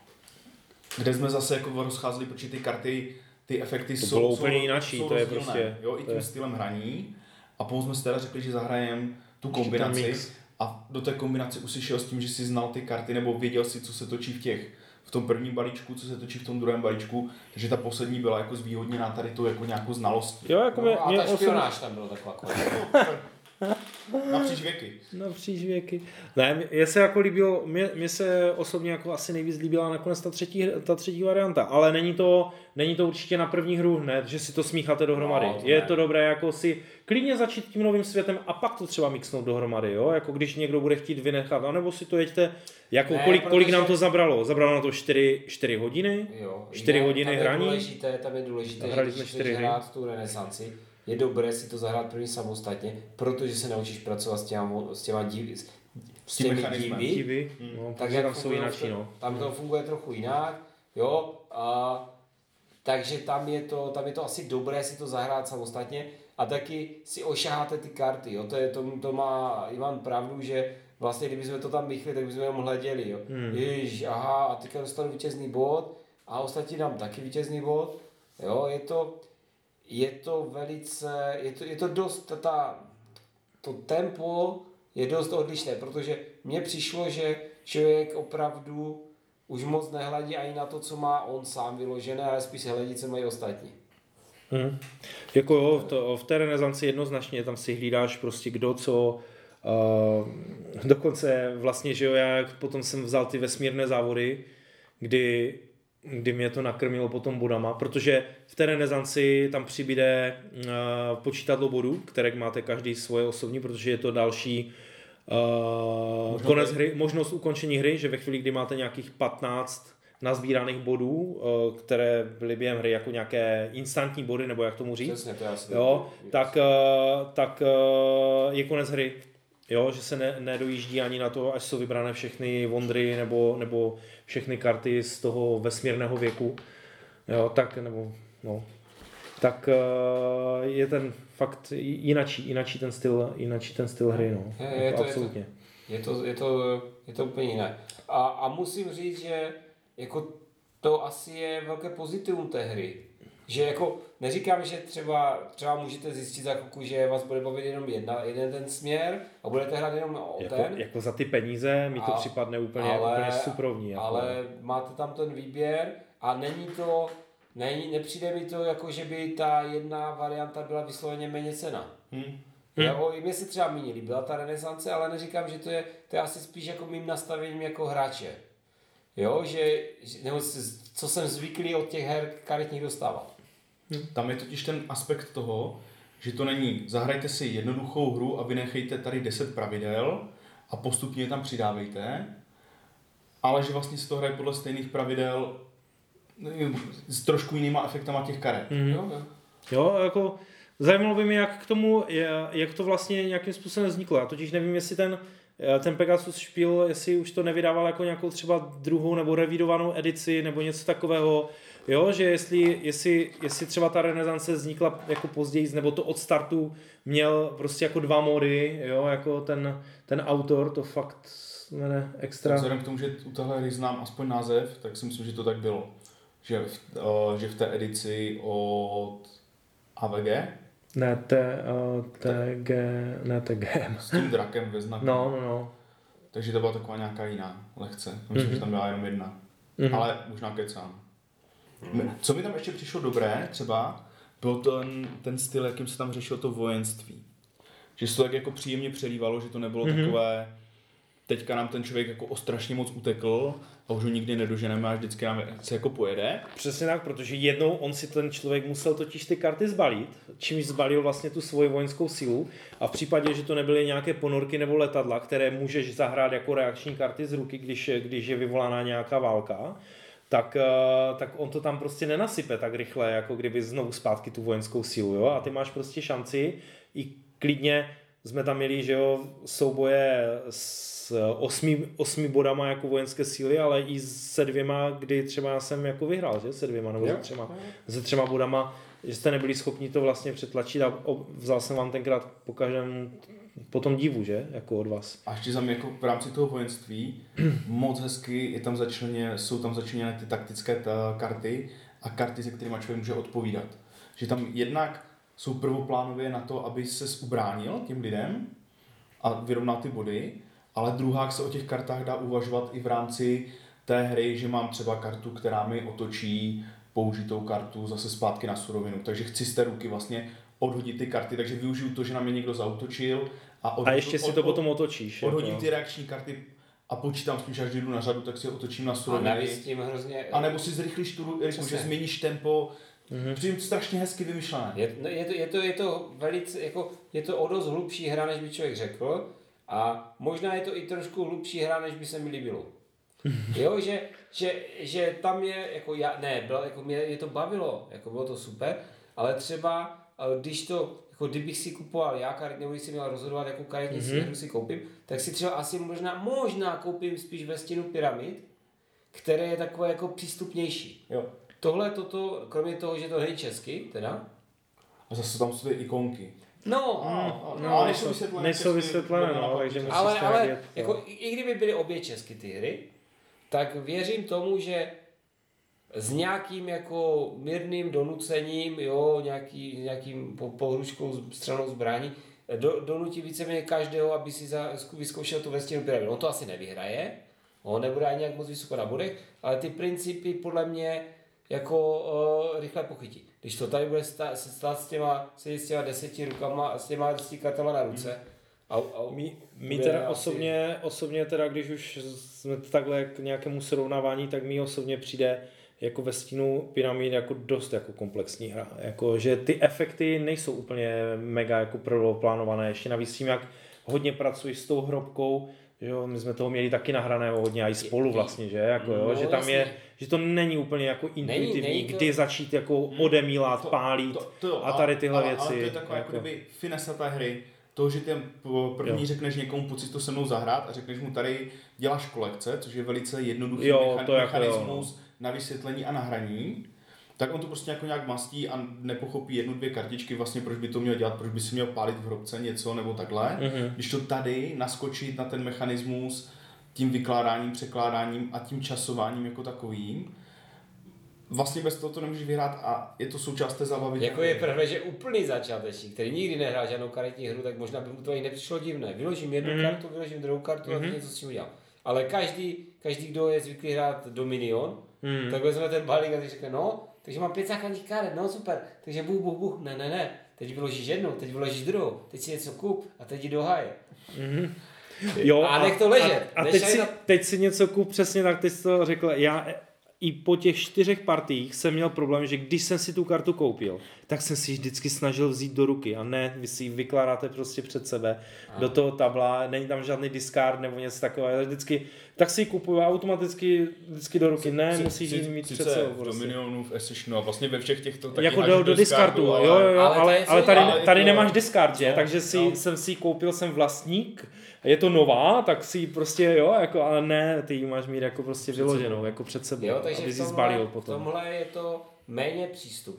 C: kde jsme zase jako rozcházeli, protože ty karty, ty efekty jsou
D: úplně jinačí, to je prostě...
C: Jo, i tím stylem hraní. A potom jsme si teda řekli, že zahrajeme tu kombinaci a do té kombinace už si šel s tím, že si znal ty karty nebo věděl si, co se točí v tom prvním balíčku, co se točí v tom druhém balíčku, takže ta poslední byla jako zvýhodněná tady tu jako nějakou znalostí.
D: Jo, jako
A: No, a ta špionáž tam byla taková kvalitní.
C: Napříč věky.
D: Napříč věky. Ne, mně se jako líbilo, mně se osobně jako asi nejvíc líbila nakonec ta třetí varianta, ale není to určitě na první hru hned, že si to smícháte dohromady.
A: No, to
D: je
A: ne.
D: to dobré jako si klidně začít tím novým světem a pak to třeba mixnout dohromady, jo? Jako když někdo bude chtít vynechat, anebo si to jeďte, jako
A: Ne,
D: kolik nám to zabralo? Zabralo na to 4 hodiny?
A: Jo,
D: 4 hodiny hraní?
A: Tam je důležité,
D: Hrali
A: že
D: jsme
A: když
D: 4
A: chceš
D: hry.
A: hrát tu renesanci, je dobré si to zahrát první samostatně, protože se naučíš pracovat s těmi
C: mechanismem.
A: divy.
D: Divy? No,
A: Tak
D: takže
A: jak
D: tam jsou
A: fungují
D: jináčí, no.
A: Tam to funguje trochu jinak, jo, takže tam je to asi dobré si to zahrát samostatně a taky si ošaháte ty karty, jo, to má Ivan pravdu, že vlastně kdybychom to tam mychli, tak bychom jenom hleděli, jo. Ježiš, aha, a teďka dostanu vítězný bod a ostatní dám taky vítězný bod, jo, je to velice, je to dost, to tempo je dost odlišné, protože mně přišlo, že člověk opravdu už moc nehledí ani na to, co má on sám vyložené, ale spíš hledí, co mají ostatní.
D: Jako jo, v té renesanci jednoznačně tam si hlídáš prostě kdo co, dokonce vlastně, že jo, já potom jsem vzal ty vesmírné závody, kdy mě to nakrmilo potom bodama, protože v té renesanci tam přibude počítadlo bodů, které máte každý svoje osobní, protože je to další konec hry, možnost ukončení hry, že ve chvíli, kdy máte nějakých 15 nazbíraných bodů, které byly během hry jako nějaké instantní body, nebo jak tomu říct,
A: Přesně, to je asi
D: jo, tak je konec hry. Jo, že se nedojíždí ani na to, až jsou vybrané všechny wondry nebo všechny karty z toho vesmírného věku. Jo, tak je ten fakt jinačí ten styl hry, no. Absolutně.
A: Je to úplně jiné. A musím říct, že jako to asi je velké pozitivum té hry. Že jako neříkám, že třeba můžete zjistit za chvilku, že vás bude bavit jenom jeden ten směr a budete hrát jenom o ten.
D: Jako za ty peníze mi to připadne úplně suprovní. Jako.
A: Ale máte tam ten výběr a nepřijde mi to jako, že by ta jedna varianta byla vysloveně méně cena. Jo, i mě se třeba méně líbila ta renesance, ale neříkám, že to je asi spíš jako mým nastavením jako hráče. Jo, nebo co jsem zvyklý od těch her karetních dostávat.
C: Tam je totiž ten aspekt toho, že to není zahrajte si jednoduchou hru a vynechejte tady 10 pravidel a postupně je tam přidávejte, ale že vlastně si to hraje podle stejných pravidel s trošku jinýma efektama těch karet.
D: Jo, jako zajímalo by mě, jak to vlastně nějakým způsobem vzniklo. Já totiž nevím, jestli ten Pegasus Spiel, jestli už to nevydával jako nějakou třeba druhou nebo revidovanou edici nebo něco takového, jo, že jestli třeba ta renesance vznikla jako později, nebo to od startu měl prostě jako 2 módy, jo, jako ten autor, to fakt jmenuje extra.
C: Vzhledem k tomu, že u téhle hry znám aspoň název, tak si myslím, že to tak bylo. Že v té edici od AVG?
D: Ne, TG.
C: S tím drakem ve znaku.
D: No.
C: Takže to byla taková nějaká jiná, lehce. Myslím, že tam byla jenom jedna. Ale možná kecám. Co mi tam ještě přišlo dobré, třeba, byl ten styl, jakým se tam řešilo to vojenství. Že se to tak jako příjemně přelívalo, že to nebylo takové, teďka nám ten člověk jako strašně moc utekl a už ho nikdy nedoženeme a vždycky nám se jako pojede.
D: Přesně tak, protože jednou on si ten člověk musel totiž ty karty zbalit, čímž zbalil vlastně tu svoji vojenskou sílu a v případě, že to nebyly nějaké ponorky nebo letadla, které můžeš zahrát jako reakční karty z ruky, když je vyvolaná nějaká válka, tak on to tam prostě nenasype tak rychle, jako kdyby znovu zpátky tu vojenskou sílu, jo? A ty máš prostě šanci i klidně, jsme tam měli, že jo, souboje s 8 bodama jako vojenské síly, ale i se 2, kdy třeba já jsem jako vyhrál, že? Se 2 nebo se 3 bodama, že jste nebyli schopni to vlastně přetlačit a vzal jsem vám tenkrát po každém po tom divu, že? Jako od vás.
C: A ještě tam jako v rámci toho vojenství moc hezky jsou tam začleněné ty taktické karty a karty, se kterými člověk může odpovídat. Že tam jednak jsou prvoplánově na to, aby ses ubránil těm lidem a vyrovnal ty body, ale druhák se o těch kartách dá uvažovat i v rámci té hry, že mám třeba kartu, která mi otočí použitou kartu zase zpátky na surovinu. Takže chci z té ruky vlastně odhodit ty karty, takže využiju to, že na mě někdo zaútočil
D: a ještě si to potom otočíš.
C: Odhodím
D: jako.
C: ty reakční karty a počítám s tím, že až jdu na řadu, tak si otočím na suroviny.
A: A navíc tím hrozně...
C: A nebo si zrychlíš tu rytmu, že změníš tempo. Přijím strašně hezky vymyšlené.
A: Je to velice, jako, je to o dost hlubší hra, než by člověk řekl. A možná je to i trošku hlubší hra, než by se mi líbilo. Jo, že tam je, jako mě to bavilo, jako bylo to super, ale třeba, kdybych si kupoval já karet, nebo když si měl rozhodovat, jakou karetní hru si koupím, tak si třeba asi možná koupím spíš ve stínu pyramid, které je takové jako přístupnější. Jo. Tohle, kromě toho, že to není česky, teda.
C: A zase tam jsou ty ikonky.
A: No,
D: nejsou vysvětlené, takže musíš
A: ale jako, i kdyby byly obě česky ty hry, tak věřím tomu, že s nějakým jako mírným donucením, jo, nějakým pohruškou střelnou zbraní, donutí víceméně každého, aby si vyzkoušel tu vestínu pyramidu. On to asi nevyhraje, on nebude ani nějak moc vysoko na bodech, ale ty principy podle mě jako rychle pochytí. Když to tady bude stát s těma 10 rukama, s těma 10 kartama na ruce.
D: My teda osobně teda, když už jsme takhle k nějakému srovnávání, tak mi osobně přijde jako ve stínu pyramid jako dost jako komplexní hra. Jako, že ty efekty nejsou úplně mega jako plánované. Ještě navíc tím, jak hodně pracuješ s tou hrobkou, že jo, my jsme toho měli taky nahraného hodně i spolu vlastně, že jako jo, že tam je, že to není úplně jako intuitivní, není to... kdy začít jako odemílat, pálit a tady tyhle věci.
C: Ale to je taková jako kdyby finesa té hry, to, že ten první řekneš někomu, pojď si to se mnou zahrát a řekneš mu tady děláš kolekce, což je velice jednoduchý mechanismus na vysvětlení a na hraní, tak on to prostě jako nějak mastí a nepochopí 1-2 kartičky vlastně, proč by to měl dělat, proč by si měl pálit v hrobce něco nebo takhle. Když to tady naskočit na ten mechanismus tím vykládáním, překládáním a tím časováním jako takovým, vlastně bez toho to nemůžeš vyhrát a je to součást té zábavy.
A: Jako je pravda, že úplný začátečník, který nikdy nehrál žádnou karetní hru, tak možná by mu to ani nepřišlo divné. Vyložím jednu kartu, vyložím druhou kartu a něco s tím udělám. Ale každý, kdo je zvyklý hrát Dominion, tak vezme ten balík a teď řekne, no, takže mám 5 základních karet, no super, takže buch, ne, teď vyložíš jednu, teď vyložíš druhou, teď si něco kup a teď jdi do háje.
D: Jo,
A: a nech to ležet.
D: A teď si něco kup, přesně tak, teď jsi to řekl, já i po těch 4 partiích jsem měl problém, že když jsem si tu kartu koupil, tak jsem si ji vždycky snažil vzít do ruky a ne, vy si ji vykládáte prostě před sebe do toho tabla, není tam žádný discard nebo něco takového, vždycky, tak si ji kupuju automaticky vždycky do ruky, musíš ji mít před sebou.
C: V Dominionu, v Essentionu a vlastně ve všech těchto taky
D: jako do discardu, jo, ale tady nemáš discard, že? Takže jsem si ji koupil, jsem vlastník, je to nová, tak si ji prostě, jo, jako, ale ne, ty ji máš mít jako prostě vyloženou, jako před sebou,
A: jo, takže
D: aby si zbalil potom.
A: Tomhle je to méně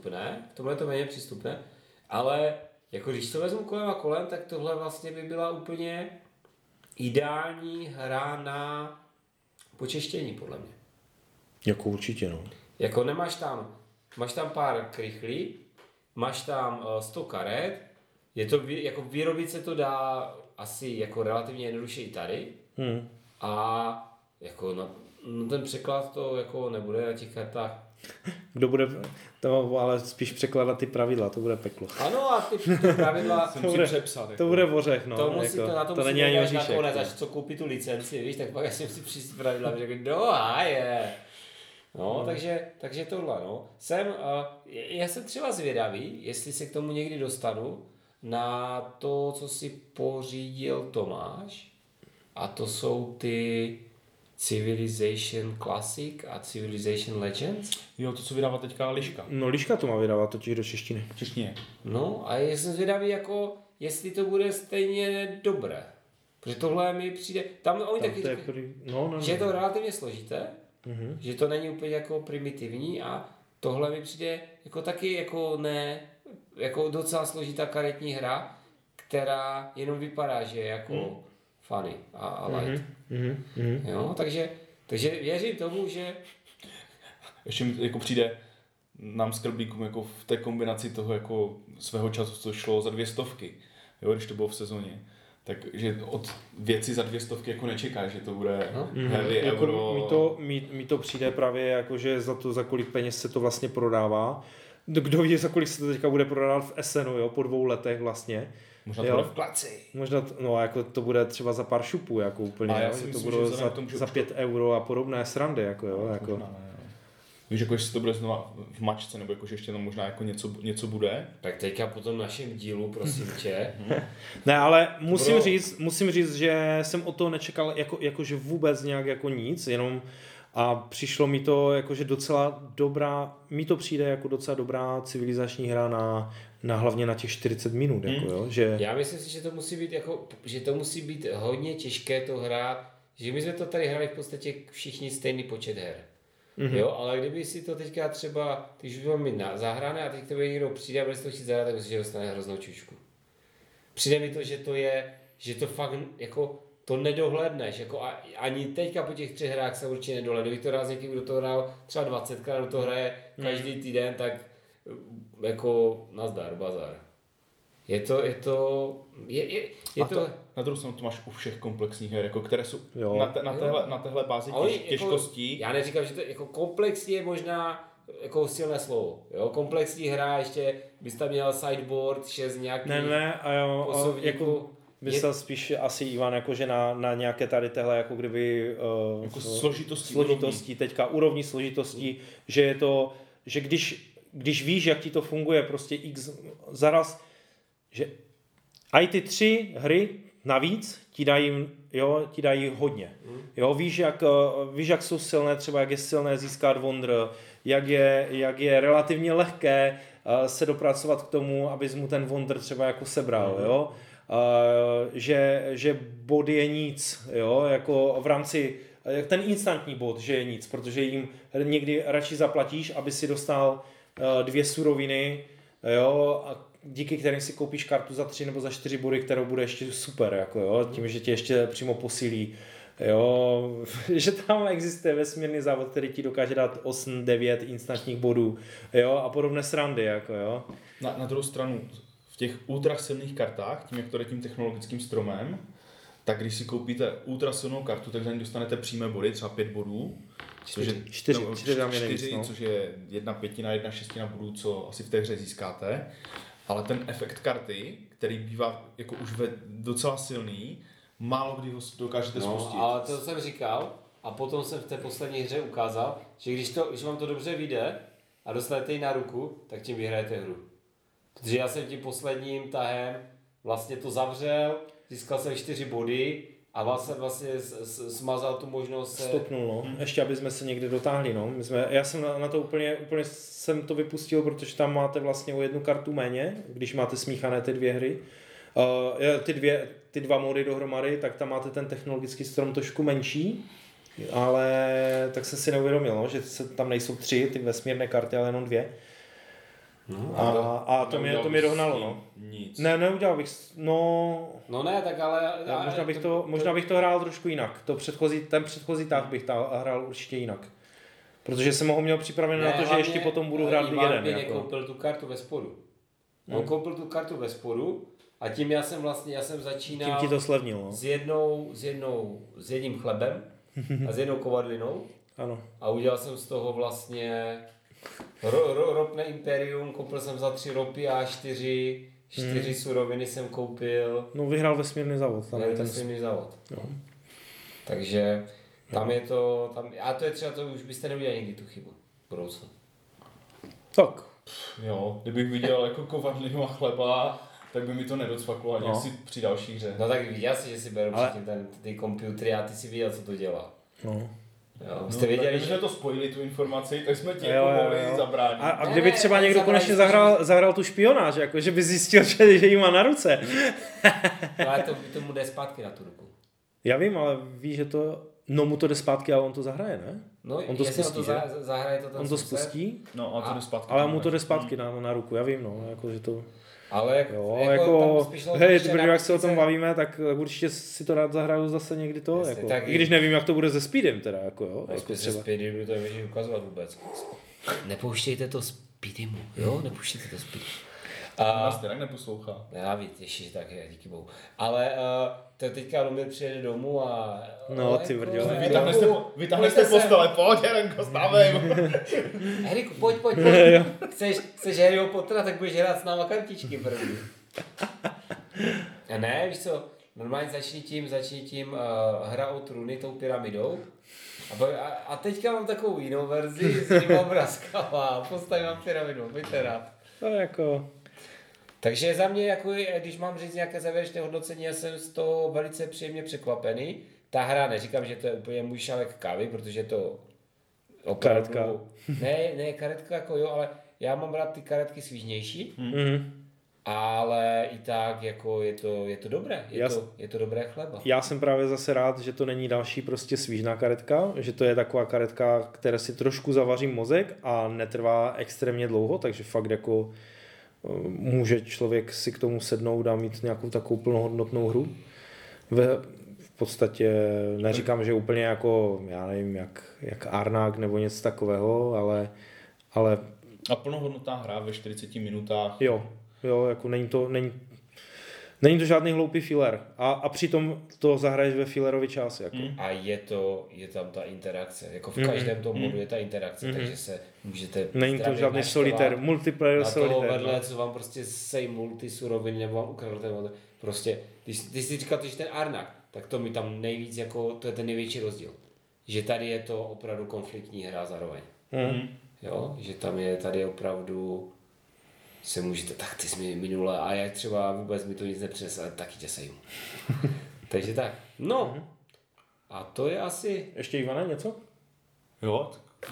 A: přístupné, ale jako když to vezmu kolem a kolem, tak tohle vlastně by byla úplně ideální hra na počeštění, podle mě.
D: Jako určitě, no.
A: Jako máš tam pár krychlí, máš tam 100 karet, je to, jako vyrobit se to dá asi jako relativně jednoduše i tady. A jako ten překlad to jako nebude na těch kartách.
D: Kdo bude to, ale spíš překládat ty pravidla, to bude peklo.
A: Ano, a ty pravidla
D: to bude ořech, no.
A: To není ani oříšek. Nakonec, až co koupí tu licenci, víš, tak pak asi musí přijít pravidla, že řekl, no a je. No, takže tohle, no. Já jsem třeba zvědavý, jestli se k tomu někdy dostanu, na to, co si pořídil Tomáš, a to jsou ty Civilization Classic a Civilization Legends.
C: Jo, to, co vydává teďka Liška.
D: No, Liška to má vydávat totiž do češtiny.
A: No, a já jsem zvědavý, jako, jestli to bude stejně dobré. Protože tohle mi přijde, tam oni taky že je to relativně složité, že to není úplně jako primitivní a tohle mi přijde jako taky jako ne, jako docela složitá karetní hra, která jenom vypadá, že je jako funny a light. Jo, takže věřím tomu, že...
C: Ještě mi jako přijde nám s Krblíkům jako v té kombinaci toho jako svého času, co šlo za 200, jo, když to bylo v sezóně, Takže od věci za 200 jako nečekáš, že to bude heavy
D: Jako
C: euro.
D: mi to přijde právě jako, že za kolik peněz se to vlastně prodává. Kdo ví, za kolik se to teďka bude prodávat v Essenu, jo, po 2 letech vlastně.
C: Možná to bude v klaci.
D: Možná, jako to bude třeba za pár šupů, jako úplně,
C: A já
D: jo,
C: si
D: že
C: myslím,
D: to budou
C: že vzhledem k tomu, že
D: za
C: už
D: 5 euro a podobné srandy, jako jo, jako.
C: Možná ne. Víš, jako jestli to bude znova v mačce, nebo jako, že ještě tam možná jako něco bude.
A: Tak teďka po tom našem dílu, prosím tě.
D: Ne, ale musím říct, že jsem od toho nečekal jakože vůbec nějak jako nic, jenom a přišlo mi to jakože docela dobrá, mi to přijde jako docela dobrá civilizační hra na hlavně na těch 40 minut, jako jo, že...
A: Já myslím si, že to musí být že to musí být hodně těžké to hrát, že my jsme to tady hráli v podstatě všichni stejný počet her. Jo, ale kdyby si to teďka třeba, když už mám mít zahrané a teď k tebe někdo přijde a bude si to chtít zahrát, tak myslím, že dostane hroznou čučku. Přijde mi to, že to fakt jako to nedohledneš, jako ani teďka po těch 3 hrách se určitě nedohledne. Kdybych to rád s někým, kdo to hrál třeba 20krát, kdo to hraje každý týden, tak jako nazdar, bazar. Je to
C: Na druhou stranu to máš u všech komplexních her, jako které jsou
D: Jo.
C: na téhle bázi těžkostí.
A: Jako, já neříkám, že to jako komplexní je možná jako silné slovo. Jo? Komplexní hra, ještě bys tam měl sideboard, 6 nějaký
D: a jo,
A: posovníků.
D: jako myslel spíš asi Ivan, jakože na nějaké tady téhle, jako kdyby
C: Jako složitosti
D: úrovní složitosti, že je to, že když víš, jak ti to funguje, prostě x zaraz, že i ty 3 hry navíc ti dají hodně. Jo, víš, jak jsou silné, třeba jak je silné získat Wonder, jak je relativně lehké se dopracovat k tomu, abys mu ten Wonder třeba jako sebral, jo. Že bod je nic, jo, jako v rámci ten instantní bod, že je nic, protože jim někdy radši zaplatíš, aby si dostal 2 suroviny, jo, a díky kterým si koupíš kartu za 3 nebo za 4 body, kterou bude ještě super, jako jo, tím, že tě ještě přímo posílí, jo, že tam existuje vesmírný závod, který ti dokáže dát 8-9 instantních bodů, jo, a podobné srandy, jako jo.
C: Na druhou stranu, v těch ultra silných kartách, tím, jak to jde tím technologickým stromem, tak když si koupíte ultra silnou kartu, tak za ní dostanete přímé body, třeba 5 bodů, což je
D: 4,
C: což je 1/5, 1/6 bodů, co asi v té hře získáte. Ale ten efekt karty, který bývá jako už docela silný, málo kdy ho dokážete spustit.
A: Ale to jsem říkal a potom jsem v té poslední hře ukázal, že když vám to dobře vyjde a dostanete ji na ruku, tak tím vyhrajete hru. Protože já jsem tím posledním tahem vlastně to zavřel, získal jsem 4 body a vlastně smazal tu možnost
D: Stopnul, no. Ještě, aby jsme se někde dotáhli, no. Já jsem na to úplně jsem to vypustil, protože tam máte vlastně o 1 kartu méně, když máte smíchané ty 2 hry. Ty 2 mody dohromady, tak tam máte ten technologický strom trošku menší, ale tak jsem si neuvědomil, no, že tam nejsou 3 ty vesmírné karty, ale jenom 2. A to mě dohnalo, no.
C: Nic.
D: Ne, neudělal bych, no
A: ne, tak ale...
D: Možná bych to hrál trošku jinak. Ten předchozí tah bych hrál určitě jinak. Protože jsem ho měl připravený na to, že ještě potom budu hrát jeden.
A: Ivan koupil tu kartu ve spodu. On koupil tu kartu ve spodu a tím já jsem začínal...
D: Tím ti to slevnil, no.
A: S jedním chlebem a s jednou kovadlinou.
D: Ano.
A: A udělal jsem z toho vlastně ropné imperium, koupil jsem za 3 ropy a 4 suroviny jsem koupil.
D: No vyhrál vesmírný závod.
A: Vesmírný závod.
D: No.
A: Takže tam je to, a to je třeba, to už byste neudělali nikdy tu chybu v budoucnu.
D: Tak.
C: Jo, kdybych viděl jako kovadlinu a chleba, tak by mi to nedocvaklo ani asi při další hře.
A: No tak viděl jsi, že si beru předtím ty komputery a ty si viděl, co to dělá.
D: No.
A: Jo, jste věděli,
C: když jsme to spojili, tu informaci, tak jsme tě mohli zabránit.
D: A kdyby třeba někdo konečně zahrál tu špionáž, jako, že by zjistil, že ji má na ruce.
A: No ale to mu jde zpátky na tu ruku.
D: Já vím, ale víš, že to... No mu to jde zpátky, ale on to zahraje, ne?
A: No,
D: on to spustí, že?
A: Zahraje to ten
D: on to spustí,
C: no, a to jde zpátky.
D: Ale mu to jde zpátky na ruku, já vím, no, jako, že to...
A: Ale
D: hej, protože jak se o tom bavíme, tak určitě si to rád zahraju zase někdy to,
A: jasně,
D: jako,
A: tak
D: i když nevím, jak to bude se Speedem teda, jako jo.
A: No, jako se Speedem budu to nevědět ukazovat vůbec. Nepouštějte to Speedimu, jo, nepouštějte to Speedimu.
C: Nás nějak neposlouchá.
A: Já víc, ještě tak je, díky bohu. Ale to teďka Lumír přijede domů a...
D: No, ty brďo.
C: Vytáhne jste postele, pojď, Herenko, stávej.
A: Heriku, pojď. Chceš Harryho Pottera, tak budeš hrát s náma kartičky první. A ne, víš co, normálně začni tím hra o trůny tou pyramidou. A teďka mám takovou jinou verzi s jinýma obrázkama a postavím vám pyramidu, buďte rád.
D: To jako...
A: Takže za mě, jako, když mám říct nějaké závěrečné hodnocení, já jsem z toho velice příjemně překvapený. Ta hra, neříkám, že to je úplně můj šálek kávy, protože to opravdu...
D: Karetka.
A: Ne, karetka jako jo, ale já mám rád ty karetky svížnější.
D: Mm.
A: Ale i tak jako je to dobré, je to dobré chleba.
D: Já jsem právě zase rád, že to není další prostě svížná karetka, že to je taková karetka, která si trošku zavaří mozek a netrvá extrémně dlouho, takže fakt jako může člověk si k tomu sednout a mít nějakou takovou plnohodnotnou hru. V podstatě neříkám, že úplně jako, já nevím, jak Arnák nebo něco takového, ale...
C: A plnohodnotná hra ve 40 minutách.
D: Jo, jako není to žádný hloupý filler. A přitom to zahraješ ve fillerovi čas. Jako.
A: A je tam ta interakce. Jako v každém tom modu je ta interakce, takže se můžete...
D: Není to žádný solitér, multiplayer solitér.
A: Na toho vedle, co vám prostě sej multi suroviny nebo vám ukradl ten model. Prostě, když si říkal, že ten Arnak, tak to mi tam nejvíc jako, to je ten největší rozdíl. Že tady je to opravdu konfliktní hra zároveň. Jo, že tady opravdu se můžete, tak ty jsi mi minule a jak třeba vůbec mi to nic nepřines, ale taky tě sejmu. Takže tak, no. A to je asi...
D: Ještě Ivane, něco?
C: Jo.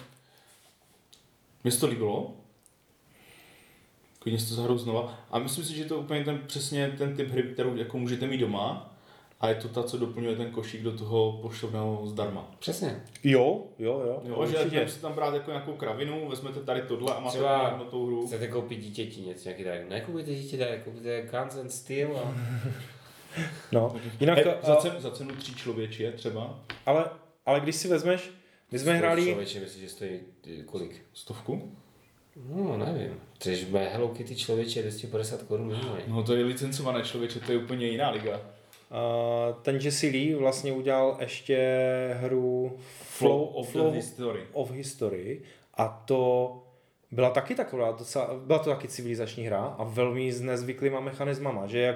C: Mně se to líbilo. Klidně si to zahraju znova. A myslím si, že to je úplně přesně ten typ hry, kterou jako můžete mít doma. A je to ta, co doplňuje ten košík do toho poštovného zdarma.
A: Přesně.
D: Jo,
C: že si tam brát jako nějakou kravinu, vezmete tady tohle a máte na tou hru.
A: Chcete koupit dítěti něco, nějaký dárek. Nekupujte dítěti dárek, kupujte Guns and Steel a...
D: No, jinak
C: za cenu 3 člověčí třeba.
D: Ale když si vezmeš, my jsme hráli...
A: Člověče, myslíš, že stojí kolik?
C: 100?
A: No, nevím. Což bude Hello Kitty člověče 250 korun minimálně.
C: No to je licencované člověče, to je úplně jiná liga.
D: Ten Jesse Lee vlastně udělal ještě hru
C: Flow of History
D: a to byla taky taková byla to taky civilizační hra a velmi s nezvyklýma mechanismama, že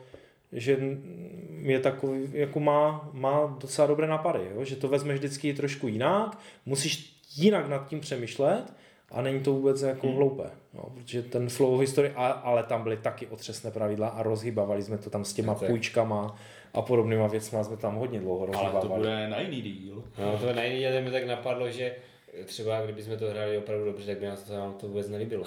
D: je takový, jako má docela dobré napady, jo? Že to vezmeš vždycky trošku jinak, musíš jinak nad tím přemýšlet a není to vůbec jako hloupé, no, protože ten Flow of History, ale tam byly taky otřesné pravidla a rozhýbávali jsme to tam s těma půjčkama a podobnýma věcma jsme tam hodně dlouho rozhýbávali.
C: Ale to bude na jiný díl.
A: No to na jiný díl mi tak napadlo, že třeba kdybychom to hráli opravdu dobře, tak by nás to vůbec nelíbilo.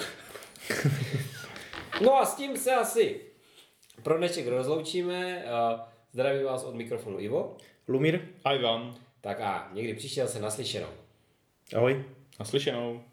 A: No a s tím se asi pro dnešek rozloučíme. Zdravím vás od mikrofonu Ivo.
D: Lumír.
C: A Ivan.
A: Tak a někdy příště se naslyšenou.
D: Ahoj.
C: Naslyšenou.